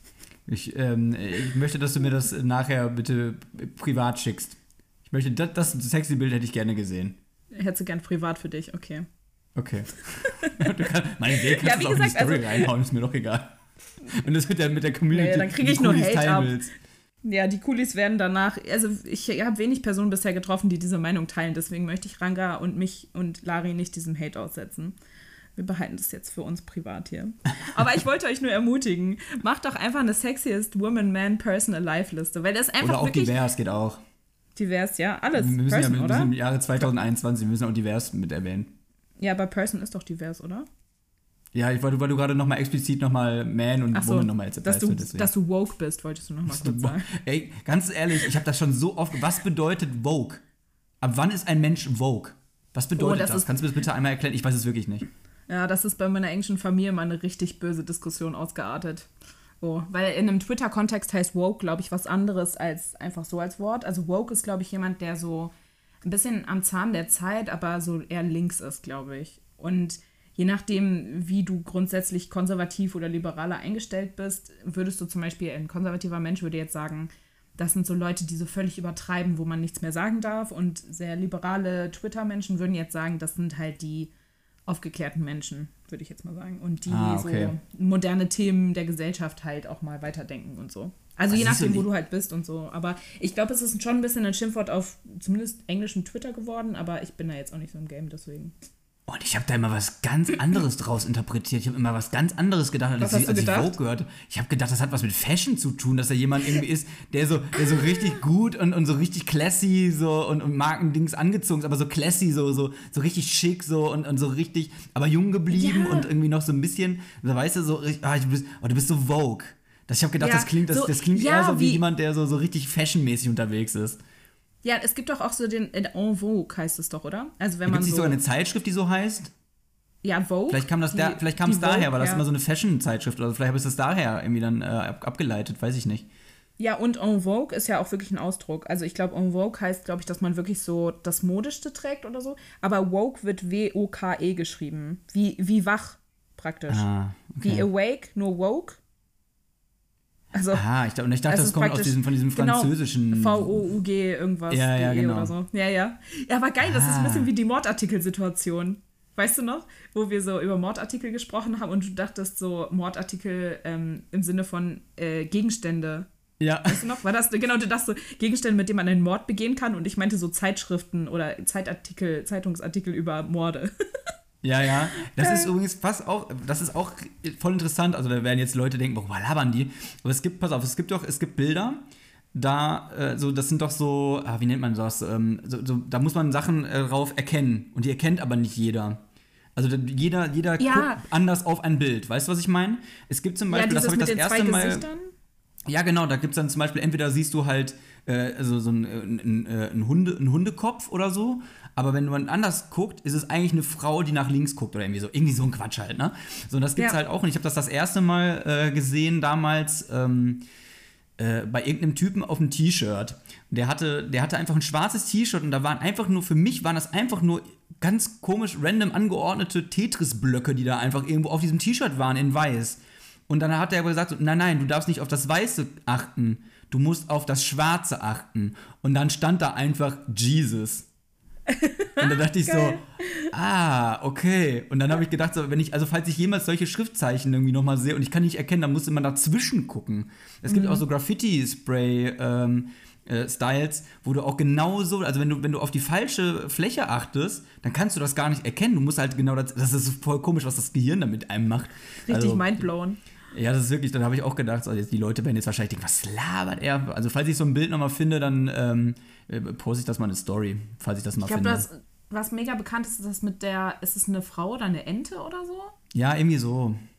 Ich, ähm, ich möchte, dass du mir das nachher bitte privat schickst. Ich möchte, das, das sexy Bild hätte ich gerne gesehen. Hättest du gern privat für dich, okay. Okay. Du kann, meine Idee kannst ja, du wie auch gesagt, in die Story also, reinhauen, ist mir doch egal. Und das mit der, mit der Community. Nee, dann kriege ich nur Hate ab. Willst. Ja, die Coolies werden danach, also ich habe wenig Personen bisher getroffen, die diese Meinung teilen, deswegen möchte ich Ranga und mich und Lari nicht diesem Hate aussetzen. Wir behalten das jetzt für uns privat hier. Aber ich wollte euch nur ermutigen, macht doch einfach eine Sexiest Woman, Man, Person, Alive Liste, weil das einfach Oder auch wirklich... divers geht auch. Divers, ja, alles. Wir müssen Person, ja wir oder? müssen im Jahre zwanzig einundzwanzig, wir müssen auch divers mit erwähnen. Ja, aber Person ist doch divers, oder? Ja, ich wollte, weil du gerade nochmal explizit nochmal Man und Ach so, Woman nochmal jetzt dass du, dass du woke bist, wolltest du nochmal kurz sagen. Ey, ganz ehrlich, ich habe das schon so oft... Was bedeutet Vogue? Ab wann ist ein Mensch Vogue? Was bedeutet Oh, das das? ist- Kannst du mir das bitte einmal erklären? Ich weiß es wirklich nicht. Ja, das ist bei meiner englischen Familie mal eine richtig böse Diskussion ausgeartet. Oh, weil in einem Twitter-Kontext heißt woke, glaube ich, was anderes als einfach so als Wort. Also woke ist, glaube ich, jemand, der so ein bisschen am Zahn der Zeit, aber so eher links ist, glaube ich. Und je nachdem, wie du grundsätzlich konservativ oder liberaler eingestellt bist, würdest du zum Beispiel, ein konservativer Mensch würde jetzt sagen, das sind so Leute, die so völlig übertreiben, wo man nichts mehr sagen darf. Und sehr liberale Twitter-Menschen würden jetzt sagen, das sind halt die aufgeklärten Menschen, würde ich jetzt mal sagen. Und die Ah, okay. so moderne Themen der Gesellschaft halt auch mal weiterdenken und so. Also Also je siehst nachdem, du, wo du halt bist und so. Aber ich glaube, es ist schon ein bisschen ein Schimpfwort auf zumindest englischem Twitter geworden, aber ich bin da jetzt auch nicht so im Game, deswegen. Und ich habe da immer was ganz anderes draus interpretiert. Ich habe immer was ganz anderes gedacht, als, Was hast ich, du als ich gedacht? Vogue gehört. Ich habe gedacht, das hat was mit Fashion zu tun, dass da jemand irgendwie ist, der so, der so richtig gut und, und so richtig classy so und, und Markendings angezogen ist, aber so classy, so, so, so richtig schick so und, und so richtig, aber jung geblieben Ja. und irgendwie noch so ein bisschen, so, weißt du, so, richtig- ah, du, bist, oh, du bist so Vogue. Das, ich habe gedacht, Ja, das klingt, das, so- das klingt ja, eher so wie, wie- jemand, der so, so richtig fashionmäßig unterwegs ist. Ja, es gibt doch auch so den, in En Vogue heißt es doch, oder? Also wenn Gibt man es nicht so, sogar eine Zeitschrift, die so heißt? ja, Vogue. Vielleicht kam das die, der, vielleicht kam es die daher, Vogue, weil das ja. immer so eine Fashion-Zeitschrift oder vielleicht habe ich das daher irgendwie dann äh, ab, abgeleitet, weiß ich nicht. Ja, und En Vogue ist ja auch wirklich ein Ausdruck. Also ich glaube, En Vogue heißt, glaube ich, dass man wirklich so das Modischste trägt oder so. Aber Woke wird W O K E geschrieben. Wie, wie wach praktisch. Ah, Wie okay. awake, nur woke. Also Ah, ich, dacht- und ich dachte, es das ist kommt aus praktisch- diesem, von diesem genau, französischen... V O U G irgendwas Ja, ja, D E genau. oder so. Ja, ja. Ja, aber geil, das ist ein Ah. bisschen wie die Mordartikel-Situation. Weißt du noch? Wo wir so über Mordartikel gesprochen haben und du dachtest so Mordartikel ähm, im Sinne von äh, Gegenstände. Ja. Weißt du noch? War das, genau, du dachtest so Gegenstände, mit denen man einen Mord begehen kann und ich meinte so Zeitschriften oder Zeitartikel, Zeitungsartikel über Morde. Ja, ja. Das ist übrigens fast auch, das ist auch voll interessant. Also da werden jetzt Leute denken, worüber labern die? Aber es gibt, pass auf, es gibt doch, es gibt Bilder, da, äh, so, das sind doch so, ah, wie nennt man das? Ähm, so, so, da muss man Sachen äh, drauf erkennen. Und die erkennt aber nicht jeder. Also da, jeder, jeder Ja. guckt anders auf ein Bild. Weißt du, was ich meine? Es gibt zum Beispiel, ja, das dieses habe ich mit das den zwei erste Mal. Gesichtern. Ja, genau, da gibt es dann zum Beispiel, entweder siehst du halt äh, also so einen ein, ein Hunde, ein Hundekopf oder so, aber wenn man anders guckt, ist es eigentlich eine Frau, die nach links guckt oder irgendwie so. Irgendwie so ein Quatsch halt, ne? So, und das gibt's Ja. halt auch. Und ich habe das das erste Mal äh, gesehen damals ähm, äh, bei irgendeinem Typen auf dem T-Shirt. Der hatte, der hatte einfach ein schwarzes T-Shirt und da waren einfach nur, für mich waren das einfach nur ganz komisch random angeordnete Tetris-Blöcke, die da einfach irgendwo auf diesem T-Shirt waren in weiß. Und dann hat er aber gesagt, so, nein, nein, du darfst nicht auf das Weiße achten, du musst auf das Schwarze achten. Und dann stand da einfach Jesus. Und dann dachte ich so, ah, okay. Und dann habe ich gedacht, so, wenn ich, also falls ich jemals solche Schriftzeichen irgendwie nochmal sehe und ich kann nicht erkennen, dann muss man dazwischen gucken. Es gibt Mhm. auch so Graffiti-Spray, ähm, äh, Styles, wo du auch genauso, also wenn du, wenn du auf die falsche Fläche achtest, dann kannst du das gar nicht erkennen. Du musst halt genau das, das ist voll komisch, was das Gehirn da mit einem macht. Richtig Also, mindblown. ja, das ist wirklich, dann habe ich auch gedacht, so, jetzt, die Leute werden jetzt wahrscheinlich denken, was labert er? Also falls ich so ein Bild nochmal finde, dann ähm, äh, poste ich das mal in eine Story, falls ich das mal Ich glaube, finde. das, was mega bekannt ist, ist das mit der, ist es eine Frau oder eine Ente oder so? Ja, irgendwie so.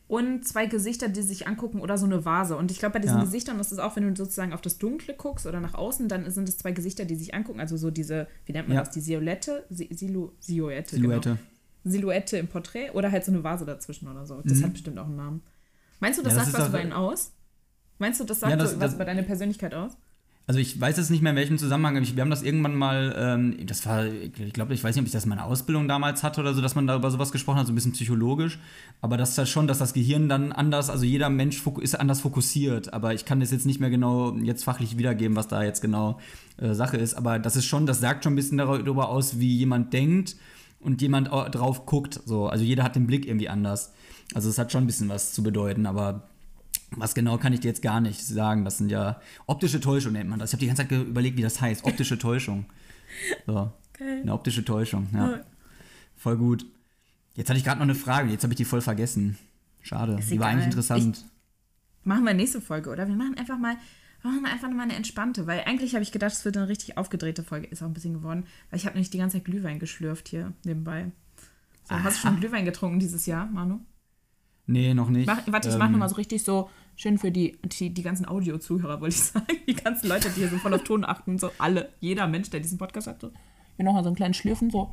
und zwei Gesichter, die sich angucken oder so eine Vase. Und ich glaube, bei diesen Ja. Gesichtern ist es auch, wenn du sozusagen auf das Dunkle guckst oder nach außen, dann sind es zwei Gesichter, die sich angucken. Also so diese, wie nennt man Ja. das, die Silhouette? Si- Silu Silhouette, Silhouette. Genau. Silhouette im Porträt oder halt so eine Vase dazwischen oder so. Das Mhm. hat bestimmt auch einen Namen. Meinst du, das Ja, das sagt ist was auch- über ihn aus? Meinst du, das sagt Ja, das- so was das- über deine Persönlichkeit aus? Also ich weiß jetzt nicht mehr, in welchem Zusammenhang, aber ich, wir haben das irgendwann mal, ähm, das war, ich glaube, ich weiß nicht, ob ich das in meiner Ausbildung damals hatte oder so, dass man da über sowas gesprochen hat, so ein bisschen psychologisch, aber das ist ja schon, dass das Gehirn dann anders, also jeder Mensch foku- ist anders fokussiert, aber ich kann das jetzt nicht mehr genau jetzt fachlich wiedergeben, was da jetzt genau äh, Sache ist, aber das ist schon, das sagt schon ein bisschen darüber aus, wie jemand denkt und jemand auch drauf guckt, so, also jeder hat den Blick irgendwie anders, also es hat schon ein bisschen was zu bedeuten, aber was genau kann ich dir jetzt gar nicht sagen. Das sind ja optische Täuschung, nennt man das. Ich habe die ganze Zeit ge- überlegt, wie das heißt. Optische Täuschung. So, Geil. eine optische Täuschung, ja. Ja. Voll gut. Jetzt hatte ich gerade noch eine Frage, jetzt habe ich die voll vergessen. Schade, Ist die war egal. eigentlich interessant. Machen wir nächste Folge, oder? Wir machen einfach mal, wir machen einfach mal eine entspannte, weil eigentlich habe ich gedacht, es wird eine richtig aufgedrehte Folge. Ist auch ein bisschen geworden, weil ich habe nämlich die ganze Zeit Glühwein geschlürft hier nebenbei. So, hast du schon Glühwein getrunken dieses Jahr, Manu? Nee, noch nicht. Mach, warte, ich Ähm, mache nochmal so richtig so schön für die, die, die ganzen Audio-Zuhörer, wollte ich sagen. Die ganzen Leute, die hier so voll auf Ton achten, so alle, jeder Mensch, der diesen Podcast hat, so. Hier nochmal so einen kleinen Schlürfen, so.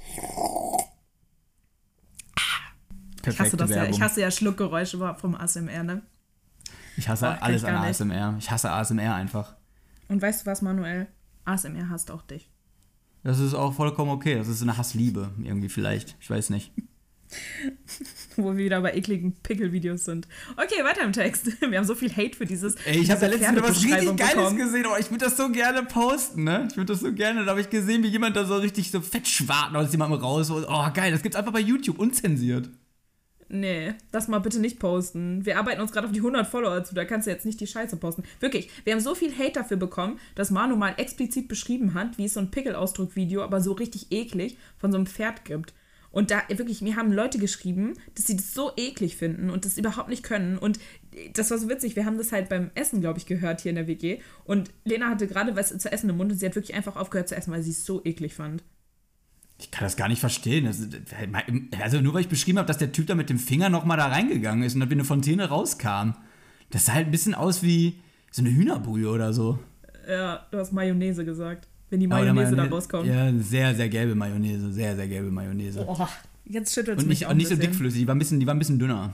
Ich hasse perfekte das ja. Werbung. Ich hasse ja Schluckgeräusche vom A S M R, ne? Ich hasse Oh, kann alles ich an gar A nicht. S M R. Ich hasse A S M R einfach. Und weißt du was, Manuel? A S M R hasst auch dich. Das ist auch vollkommen okay. Das ist eine Hassliebe irgendwie vielleicht. Ich weiß nicht. Wo wir wieder bei ekligen Pickel-Videos sind. Okay, weiter im Text. Wir haben so viel Hate für dieses. Ey, ich habe da diese letztens wieder was richtig Pferdebeschreibung Geiles bekommen. gesehen. Oh, ich würde das so gerne posten, ne? Ich würde das so gerne. Da habe ich gesehen, wie jemand da so richtig so fett schwarten aus jemandem raus. Oh, geil. Das gibt's einfach bei YouTube, unzensiert. Nee, das mal bitte nicht posten. Wir arbeiten uns gerade auf die hundert Follower zu, da kannst du jetzt nicht die Scheiße posten. Wirklich, wir haben so viel Hate dafür bekommen, dass Manu mal explizit beschrieben hat, wie es so ein Pickelausdruck-Video, aber so richtig eklig von so einem Pferd gibt. Und da wirklich, mir haben Leute geschrieben, dass sie das so eklig finden und das überhaupt nicht können. Und das war so witzig, wir haben das halt beim Essen, glaube ich, gehört hier in der W G. Und Lena hatte gerade was zu essen im Mund und sie hat wirklich einfach aufgehört zu essen, weil sie es so eklig fand. Ich kann das gar nicht verstehen. Das, also nur weil ich beschrieben habe, dass der Typ da mit dem Finger nochmal da reingegangen ist und dann wie eine Fontäne rauskam. Das sah halt ein bisschen aus wie so eine Hühnerbrühe oder so. Ja, du hast Mayonnaise gesagt. Wenn die Aber Mayonnaise da Mayonnaise- rauskommt. Ja, sehr, sehr gelbe Mayonnaise. Sehr, sehr gelbe Mayonnaise. Oh, jetzt schüttelt es und mich nicht, auch und nicht so ein bisschen. dickflüssig, die war ein bisschen, die war ein bisschen dünner.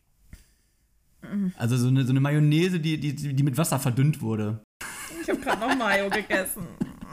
Also so eine, so eine Mayonnaise, die, die, die mit Wasser verdünnt wurde. Ich habe gerade noch Mayo gegessen.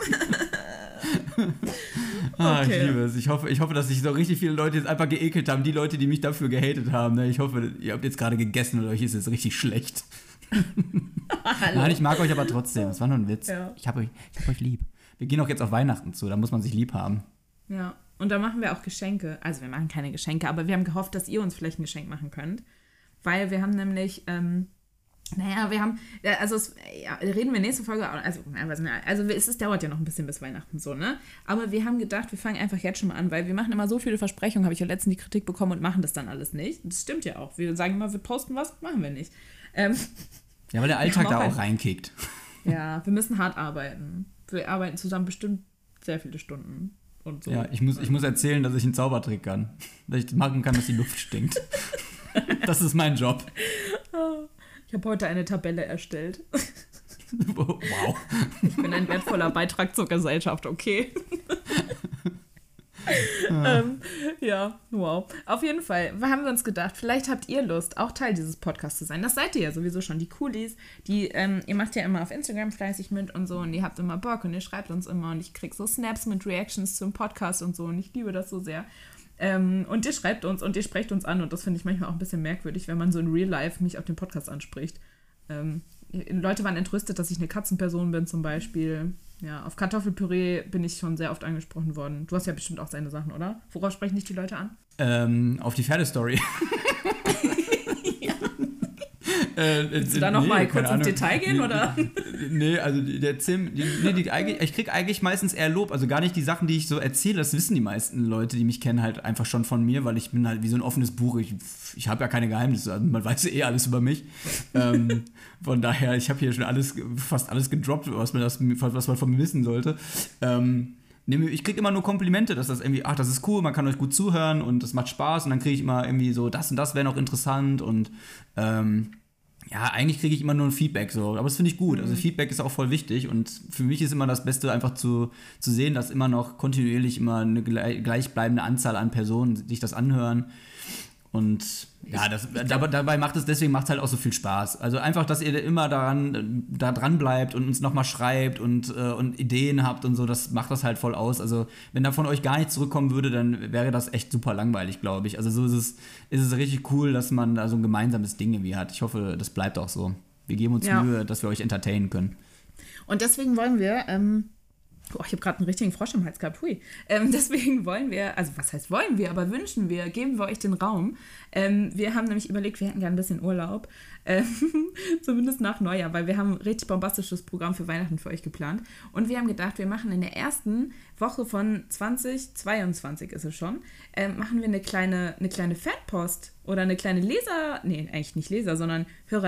Ah, Okay. ich liebe es. Ich hoffe, ich hoffe, dass sich so richtig viele Leute jetzt einfach geekelt haben. Die Leute, die mich dafür gehatet haben. Ne? Ich hoffe, ihr habt jetzt gerade gegessen und euch ist es richtig schlecht. Hallo. Nein, ich mag euch aber trotzdem. Das war nur ein Witz. Ja. Ich habe euch, ich hab euch lieb. Wir gehen auch jetzt auf Weihnachten zu. Da muss man sich lieb haben. Ja, und da machen wir auch Geschenke. Also wir machen keine Geschenke, aber wir haben gehofft, dass ihr uns vielleicht ein Geschenk machen könnt. Weil wir haben nämlich, ähm, naja, wir haben, ja, also es, ja, reden wir nächste Folge, also, ja, was- also es ist, dauert ja noch ein bisschen bis Weihnachten so, ne? Aber wir haben gedacht, wir fangen einfach jetzt schon mal an, weil wir machen immer so viele Versprechungen, habe ich ja letztens die Kritik bekommen und machen das dann alles nicht. Das stimmt ja auch. Wir sagen immer, wir posten was, machen wir nicht. Ähm, Ja, weil der Alltag haben da auch auch ein- reinkickt. ja, wir müssen hart arbeiten. Wir arbeiten zusammen bestimmt sehr viele Stunden und so. Ja, ich muss, ich muss erzählen, dass ich einen Zaubertrick kann. Dass ich machen kann, dass die Luft stinkt. Das ist mein Job. Ich habe heute eine Tabelle erstellt. Wow. Ich bin ein wertvoller Beitrag zur Gesellschaft, okay? ähm, ja, wow. Auf jeden Fall haben wir uns gedacht, vielleicht habt ihr Lust, auch Teil dieses Podcasts zu sein. Das seid ihr ja sowieso schon, die Coolies. Die, ähm, ihr macht ja immer auf Instagram fleißig mit und so und ihr habt immer Bock und ihr schreibt uns immer und ich krieg so Snaps mit Reactions zum Podcast und so und ich liebe das so sehr. Ähm, und ihr schreibt uns und ihr sprecht uns an und das finde ich manchmal auch ein bisschen merkwürdig, wenn man so in Real Life mich auf dem Podcast anspricht. Ähm, Leute waren entrüstet, dass ich eine Katzenperson bin zum Beispiel. Ja, auf Kartoffelpüree bin ich schon sehr oft angesprochen worden. Du hast ja bestimmt auch seine Sachen, oder? Worauf sprechen dich die Leute an? Ähm, auf die Pferdestory. Äh, Willst du da nochmal kurz ins Detail gehen, Nee, oder? Nee, also die- der Zim, die, nee, die, eigentlich, ich krieg eigentlich meistens eher Lob, also gar nicht die Sachen, die ich so erzähle, das wissen die meisten Leute, die mich kennen, halt einfach schon von mir, weil ich bin halt wie so ein offenes Buch, ich, ich habe ja keine Geheimnisse, also man weiß ja eh alles über mich. ähm, von daher, ich habe hier schon alles, fast alles gedroppt, was man, das, was man von mir wissen sollte. Ähm, nee, ich kriege immer nur Komplimente, dass das irgendwie, ach, das ist cool, man kann euch gut zuhören und das macht Spaß und dann kriege ich immer irgendwie so, das und das wäre noch interessant und ähm, ja, eigentlich kriege ich immer nur ein Feedback so, aber das finde ich gut. Also Feedback ist auch voll wichtig und für mich ist immer das Beste einfach zu, zu sehen, dass immer noch kontinuierlich immer eine gleichbleibende Anzahl an Personen sich das anhören. Und ja, das, dabei, dabei macht es, deswegen macht es halt auch so viel Spaß. Also einfach, dass ihr immer daran, da dran bleibt und uns nochmal schreibt und, äh, und Ideen habt und so, das macht das halt voll aus. Also wenn da von euch gar nichts zurückkommen würde, dann wäre das echt super langweilig, glaube ich. Also so ist es, ist es richtig cool, dass man da so ein gemeinsames Ding irgendwie hat. Ich hoffe, das bleibt auch so. Wir geben uns ja. Mühe, dass wir euch entertainen können. Und deswegen wollen wir... Ähm Boah, ich habe gerade einen richtigen Frosch im Hals gehabt, hui. Ähm, deswegen wollen wir, also was heißt wollen wir, aber wünschen wir, geben wir euch den Raum. Ähm, wir haben nämlich überlegt, wir hätten gerne ein bisschen Urlaub, ähm, zumindest nach Neujahr, weil wir haben ein richtig bombastisches Programm für Weihnachten für euch geplant. Und wir haben gedacht, wir machen in der ersten Woche von zwanzig zweiundzwanzig ist es schon, ähm, machen wir eine kleine, eine kleine Fanpost oder eine kleine Leser, nee, eigentlich nicht Leser, sondern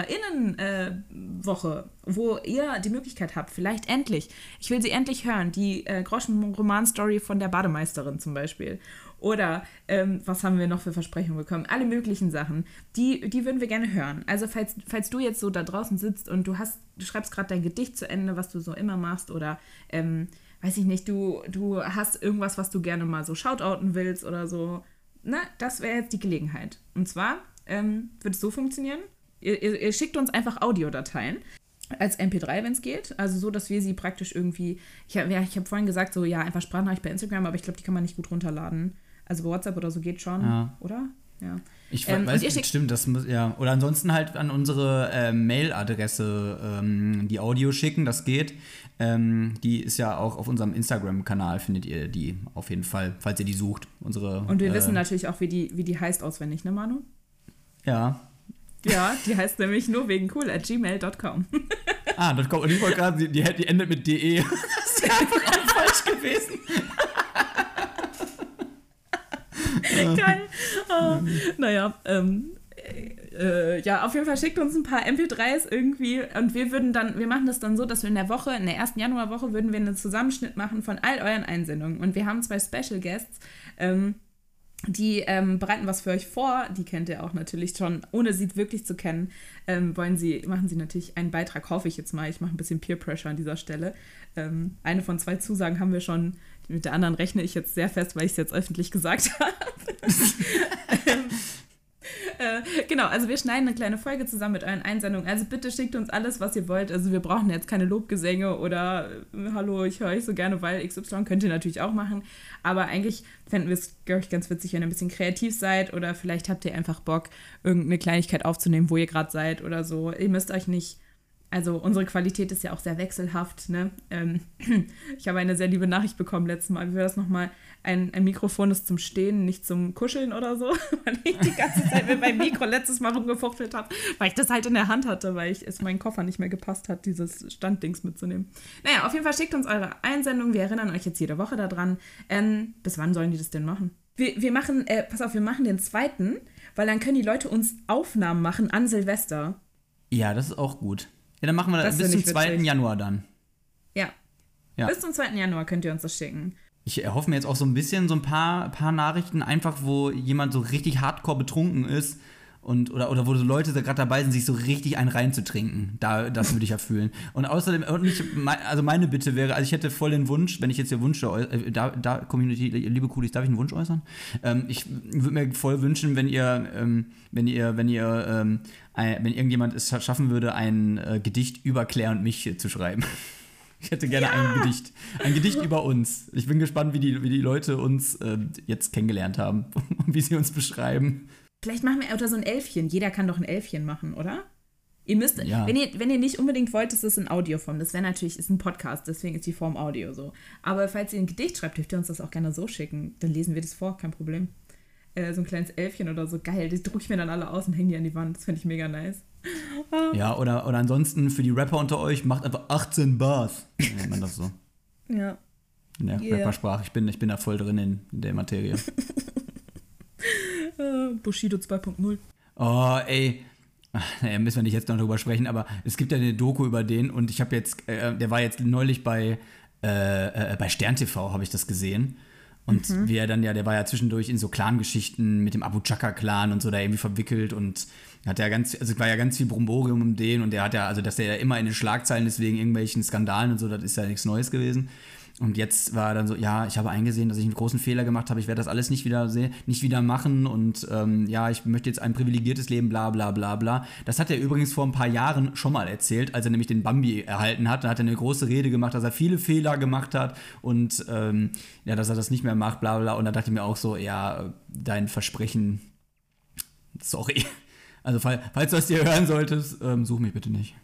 HörerInnen-Woche, äh, wo ihr die Möglichkeit habt, vielleicht endlich, ich will sie endlich hören, die äh, Groschen-Roman-Story von der Bademeisterin zum Beispiel. Oder ähm, was haben wir noch für Versprechungen bekommen? Alle möglichen Sachen. Die, die würden wir gerne hören. Also falls, falls du jetzt so da draußen sitzt und du hast, du schreibst gerade dein Gedicht zu Ende, was du so immer machst, oder ähm, weiß ich nicht, du, du hast irgendwas, was du gerne mal so shoutouten willst oder so. Na, das wäre jetzt die Gelegenheit. Und zwar ähm, wird es so funktionieren, ihr, ihr, ihr schickt uns einfach Audiodateien als M P drei, wenn es geht. Also so, dass wir sie praktisch irgendwie, ich habe ja, ich hab vorhin gesagt, so ja, einfach Sprachnachricht bei Instagram, aber ich glaube, die kann man nicht gut runterladen. Also bei WhatsApp oder so geht schon, ja. Oder? Ja. Ich ähm, weiß nicht, stimmt, das muss, ja. Oder ansonsten halt an unsere äh, Mail-Adresse ähm, die Audio schicken, das geht. Ähm, die ist ja auch auf unserem Instagram-Kanal, findet ihr die auf jeden Fall, falls ihr die sucht. Unsere, Und wir äh, wissen natürlich auch, wie die, wie die heißt auswendig, ne, Manu? Ja. Ja, die heißt nämlich nur wegen cool at gmail dot com. Ah, .com. Und ich wollte gerade, die, die endet mit de. Das ist einfach auch falsch gewesen. Geil. Oh, naja, ähm, äh, ja, auf jeden Fall schickt uns ein paar M P dreis irgendwie und wir würden dann, wir machen das dann so, dass wir in der Woche, in der ersten Januarwoche würden wir einen Zusammenschnitt machen von all euren Einsendungen und wir haben zwei Special Guests, ähm, die ähm, bereiten was für euch vor, die kennt ihr auch natürlich schon, ohne sie wirklich zu kennen, ähm, wollen sie, machen sie natürlich einen Beitrag, hoffe ich jetzt mal, ich mache ein bisschen Peer Pressure an dieser Stelle. Ähm, eine von zwei Zusagen haben wir schon, mit der anderen rechne ich jetzt sehr fest, weil ich es jetzt öffentlich gesagt habe. ähm, äh, genau, also wir schneiden eine kleine Folge zusammen mit euren Einsendungen. Also bitte schickt uns alles, was ihr wollt. Also wir brauchen jetzt keine Lobgesänge oder äh, hallo, ich höre euch so gerne, weil X Y könnt ihr natürlich auch machen. Aber eigentlich fänden wir es, glaube ich, ganz witzig, wenn ihr ein bisschen kreativ seid oder vielleicht habt ihr einfach Bock, irgendeine Kleinigkeit aufzunehmen, wo ihr gerade seid oder so. Ihr müsst euch nicht... Also unsere Qualität ist ja auch sehr wechselhaft. Ne? Ähm, ich habe eine sehr liebe Nachricht bekommen letztes Mal. Wie war das nochmal? Ein, ein Mikrofon ist zum Stehen, nicht zum Kuscheln oder so. Weil ich die ganze Zeit mit meinem Mikro letztes Mal rumgefuchtelt habe, weil ich das halt in der Hand hatte, weil ich, es meinen Koffer nicht mehr gepasst hat, dieses Standdings mitzunehmen. Naja, auf jeden Fall schickt uns eure Einsendung. Wir erinnern euch jetzt jede Woche daran. Ähm, bis wann sollen die das denn machen? Wir, wir machen, äh, pass auf, wir machen den zweiten, weil dann können die Leute uns Aufnahmen machen an Silvester. Ja, das ist auch gut. Ja, dann machen wir das bis zum zweiten Januar dann. Ja. ja. Bis zum zweiten Januar könnt ihr uns das schicken. Ich erhoffe mir jetzt auch so ein bisschen so ein paar, paar Nachrichten, einfach wo jemand so richtig hardcore betrunken ist und oder, oder wo so Leute gerade dabei sind, sich so richtig einen reinzutrinken. Da, das würde ich ja fühlen. Und außerdem, und ich, also meine Bitte wäre, also ich hätte voll den Wunsch, wenn ich jetzt hier Wünsche, äh, da, da, Community, liebe Coolies, darf ich einen Wunsch äußern? Ähm, ich würde mir voll wünschen, wenn ihr, ähm, wenn ihr, wenn ihr, ähm, ein, wenn irgendjemand es schaffen würde, ein äh, Gedicht über Claire und mich zu schreiben. Ich hätte gerne ja. ein Gedicht. Ein Gedicht über uns. Ich bin gespannt, wie die, wie die Leute uns äh, jetzt kennengelernt haben und wie sie uns beschreiben. Vielleicht machen wir oder so ein Elfchen. Jeder kann doch ein Elfchen machen, oder? Ihr müsst, ja. wenn ihr, wenn ihr nicht unbedingt wollt, ist es in Audioform. Das wäre natürlich, ist ein Podcast, deswegen ist die Form Audio so. Aber falls ihr ein Gedicht schreibt, dürft ihr uns das auch gerne so schicken. Dann lesen wir das vor, kein Problem. Äh, so ein kleines Elfchen oder so, geil. Das drucke ich mir dann alle aus und hänge die an die Wand. Das finde ich mega nice. Ja, oder, oder ansonsten für die Rapper unter euch, macht einfach achtzehn Bars. Nennt man das so. Ja. In der yeah. Rappersprache. Ich bin, ich bin da voll drin in, in der Materie. Bushido zwei Punkt null. Oh, ey. Ach, naja, müssen wir nicht jetzt noch drüber sprechen, aber es gibt ja eine Doku über den und ich habe jetzt, äh, der war jetzt neulich bei äh, äh, bei Stern T V habe ich das gesehen. Und mhm. wie er dann ja, der war ja zwischendurch in so Clan-Geschichten mit dem Abu Chaka-Clan und so da irgendwie verwickelt und hat ja ganz, also war ja ganz viel Bromborium um den und der hat ja, also dass der ja immer in den Schlagzeilen deswegen irgendwelchen Skandalen und so, das ist ja nichts Neues gewesen. Und jetzt war er dann so, ja, ich habe eingesehen, dass ich einen großen Fehler gemacht habe, ich werde das alles nicht wieder sehen, nicht wieder machen und ähm, ja, ich möchte jetzt ein privilegiertes Leben, bla bla bla bla. Das hat er übrigens vor ein paar Jahren schon mal erzählt, als er nämlich den Bambi erhalten hat. Da hat er eine große Rede gemacht, dass er viele Fehler gemacht hat und ähm, ja, dass er das nicht mehr macht, bla bla. Und da dachte ich mir auch so, ja, dein Versprechen, sorry. Also falls du das hier hören solltest, ähm, such mich bitte nicht.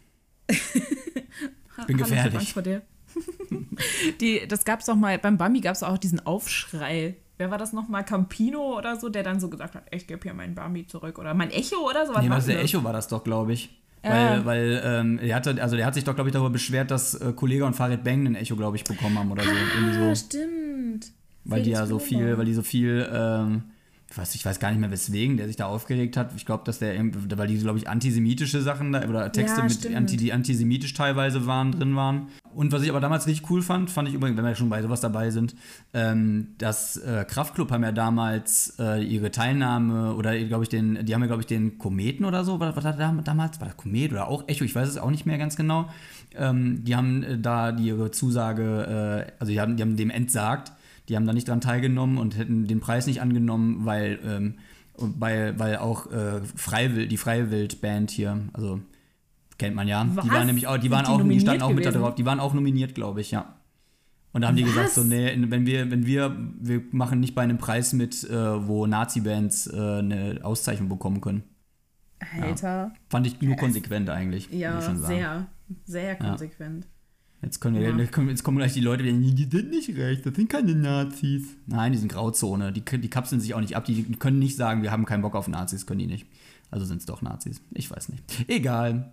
Ich bin gefährlich. Hallo, ich hab Angst vor dir. Die, das gab es doch mal, beim Bambi gab es auch diesen Aufschrei. Wer war das nochmal? Campino oder so, der dann so gesagt hat, ich gebe hier meinen Bambi zurück. Oder mein Echo oder so. Nee, was der Echo war das doch, glaube ich. Ja. Weil, weil ähm, er, hatte, also der hat sich doch, glaube ich, darüber beschwert, dass äh, Kollega und Farid Bang ein Echo, glaube ich, bekommen haben oder so. Ah, so. Stimmt. Weil die ja so viel, weil die so viel, ähm, ich weiß, ich weiß gar nicht mehr weswegen, der sich da aufgeregt hat. Ich glaube, dass der, weil die, glaube ich, antisemitische Sachen da, oder Texte ja, mit anti, die antisemitisch teilweise waren, drin waren. Und was ich aber damals richtig cool fand, fand ich übrigens, wenn wir schon bei sowas dabei sind, ähm, das äh, Kraftklub haben ja damals äh, ihre Teilnahme, oder glaube ich, den, die haben ja, glaube ich, den Kometen oder so, was war das damals? War das Komet oder auch Echo? Ich weiß es auch nicht mehr ganz genau. Ähm, die haben äh, da die ihre Zusage, äh, also die haben, die haben dem entsagt. Die haben da nicht dran teilgenommen und hätten den Preis nicht angenommen, weil, ähm, weil, weil auch äh, Freiwild, die Freiwild-Band hier, also kennt man ja, Was? die waren nämlich auch, die waren die auch, die standen auch mit da gewesen? drauf, die waren auch nominiert, glaube ich, ja. Und da haben die Was? gesagt, so, nee, wenn wir, wenn wir, wir machen nicht bei einem Preis mit, äh, wo Nazi-Bands äh, eine Auszeichnung bekommen können. Alter. Ja. Fand ich nur konsequent eigentlich. Ja, muss ich schon sagen. sehr, sehr konsequent. Ja. Jetzt, können wir, Ja. jetzt kommen gleich die Leute, die, die sind nicht recht, das sind keine Nazis. Nein, die sind Grauzone, die, die kapseln sich auch nicht ab, die können nicht sagen, wir haben keinen Bock auf Nazis, können die nicht. Also sind es doch Nazis, ich weiß nicht. Egal.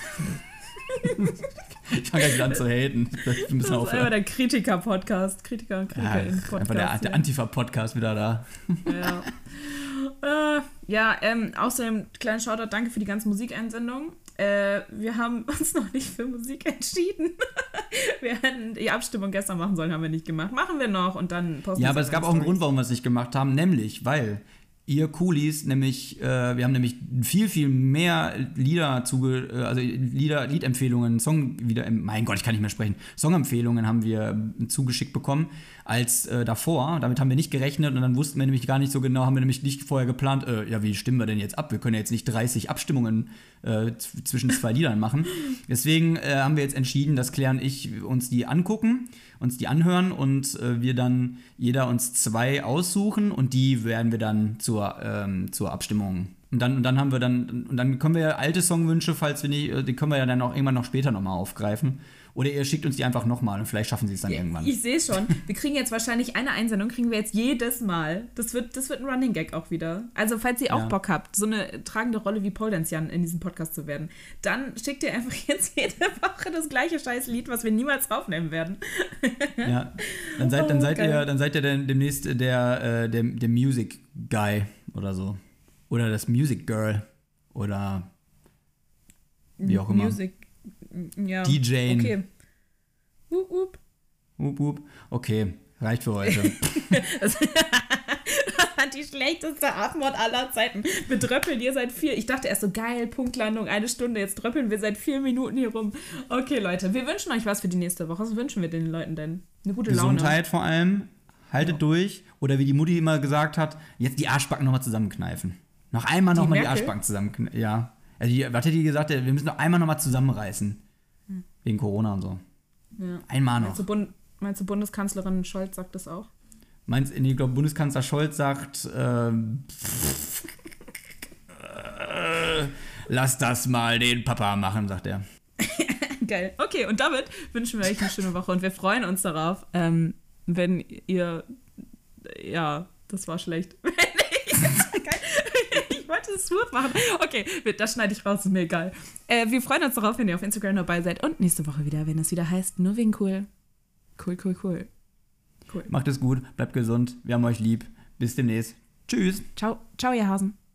Ich fange gleich wieder an zu haten. Wir müssen Das ist aufhören. einfach der Kritiker-Podcast, Kritiker und Kritiker-Podcast. Ja, einfach der, der Antifa-Podcast wieder da. Ja. Äh, ja, ähm, außerdem, kleinen Shoutout, danke für die ganze Musikeinsendung. Äh, wir haben uns noch nicht für Musik entschieden. Wir hätten die Abstimmung gestern machen sollen, haben wir nicht gemacht. Machen wir noch und dann posten wir Ja, aber es gab auch einen Grund, warum wir es nicht gemacht haben, nämlich, weil ihr Coolies, nämlich, äh, wir haben nämlich viel, viel mehr Lieder zuge, äh, also Lieder, Liedempfehlungen, Song wieder, mein Gott, ich kann nicht mehr sprechen, Songempfehlungen haben wir zugeschickt bekommen als äh, davor. Damit haben wir nicht gerechnet und dann wussten wir nämlich gar nicht so genau, haben wir nämlich nicht vorher geplant, äh, ja, wie stimmen wir denn jetzt ab? Wir können ja jetzt nicht dreißig Abstimmungen äh, z- zwischen zwei Liedern machen. Deswegen äh, haben wir jetzt entschieden, dass Claire und ich uns die angucken, uns die anhören und äh, wir dann jeder uns zwei aussuchen und die werden wir dann zur, ähm, zur Abstimmung. Und dann, und dann haben wir dann, und dann können wir ja alte Songwünsche, falls wir nicht, die können wir ja dann auch irgendwann noch später nochmal aufgreifen. Oder ihr schickt uns die einfach nochmal und vielleicht schaffen sie es dann Ja, irgendwann. ich sehe schon. Wir kriegen jetzt wahrscheinlich eine Einsendung, kriegen wir jetzt jedes Mal. Das wird, das wird ein Running Gag auch wieder. Also, falls ihr auch Ja. Bock habt, so eine tragende Rolle wie Pole Dance Jan in diesem Podcast zu werden, dann schickt ihr einfach jetzt jede Woche das gleiche scheiß Lied, was wir niemals draufnehmen werden. Ja. Dann seid, dann Oh, seid geil. ihr, dann seid ihr dann demnächst der, äh, der, der Music Guy oder so. Oder das Music Girl. Oder wie auch immer. Music, ja. D J. Okay. Wup, wup. Wup, wup. Okay, reicht für heute. Das war die schlechteste Antwort aller Zeiten. Wir dröppeln hier seit vier. Ich dachte erst so, geil, Punktlandung, eine Stunde. Jetzt dröppeln wir seit vier Minuten hier rum. Okay, Leute, wir wünschen euch was für die nächste Woche. Was wünschen wir den Leuten denn? Eine gute Laune. Gesundheit vor allem. Haltet Ja. durch. Oder wie die Mutti immer gesagt hat, jetzt die Arschbacken nochmal zusammenkneifen. Noch einmal Die nochmal die, Merkel? Arschbacken zusammenkneifen. Ja. Also die, was hat die gesagt? Wir müssen noch einmal nochmal zusammenreißen. Hm. Wegen Corona und so. Ja. Einmal noch. Meinst du, Bund, meinst du, Bundeskanzlerin Scholz sagt das auch? Meinst du, ich glaube, Bundeskanzler Scholz sagt, ähm, äh, lass das mal den Papa machen, sagt er. Geil. Okay, und damit wünschen wir euch eine schöne Woche und wir freuen uns darauf, ähm, wenn ihr. Ja, das war schlecht. Geil. Ich wollte es smooth machen. Okay, das schneide ich raus, ist mir egal. Äh, wir freuen uns darauf, wenn ihr auf Instagram dabei seid und nächste Woche wieder, wenn es wieder heißt, nur wegen cool. Cool, cool, cool. Cool. Macht es gut, bleibt gesund, wir haben euch lieb. Bis demnächst. Tschüss. Ciao, ciao, ihr Hasen.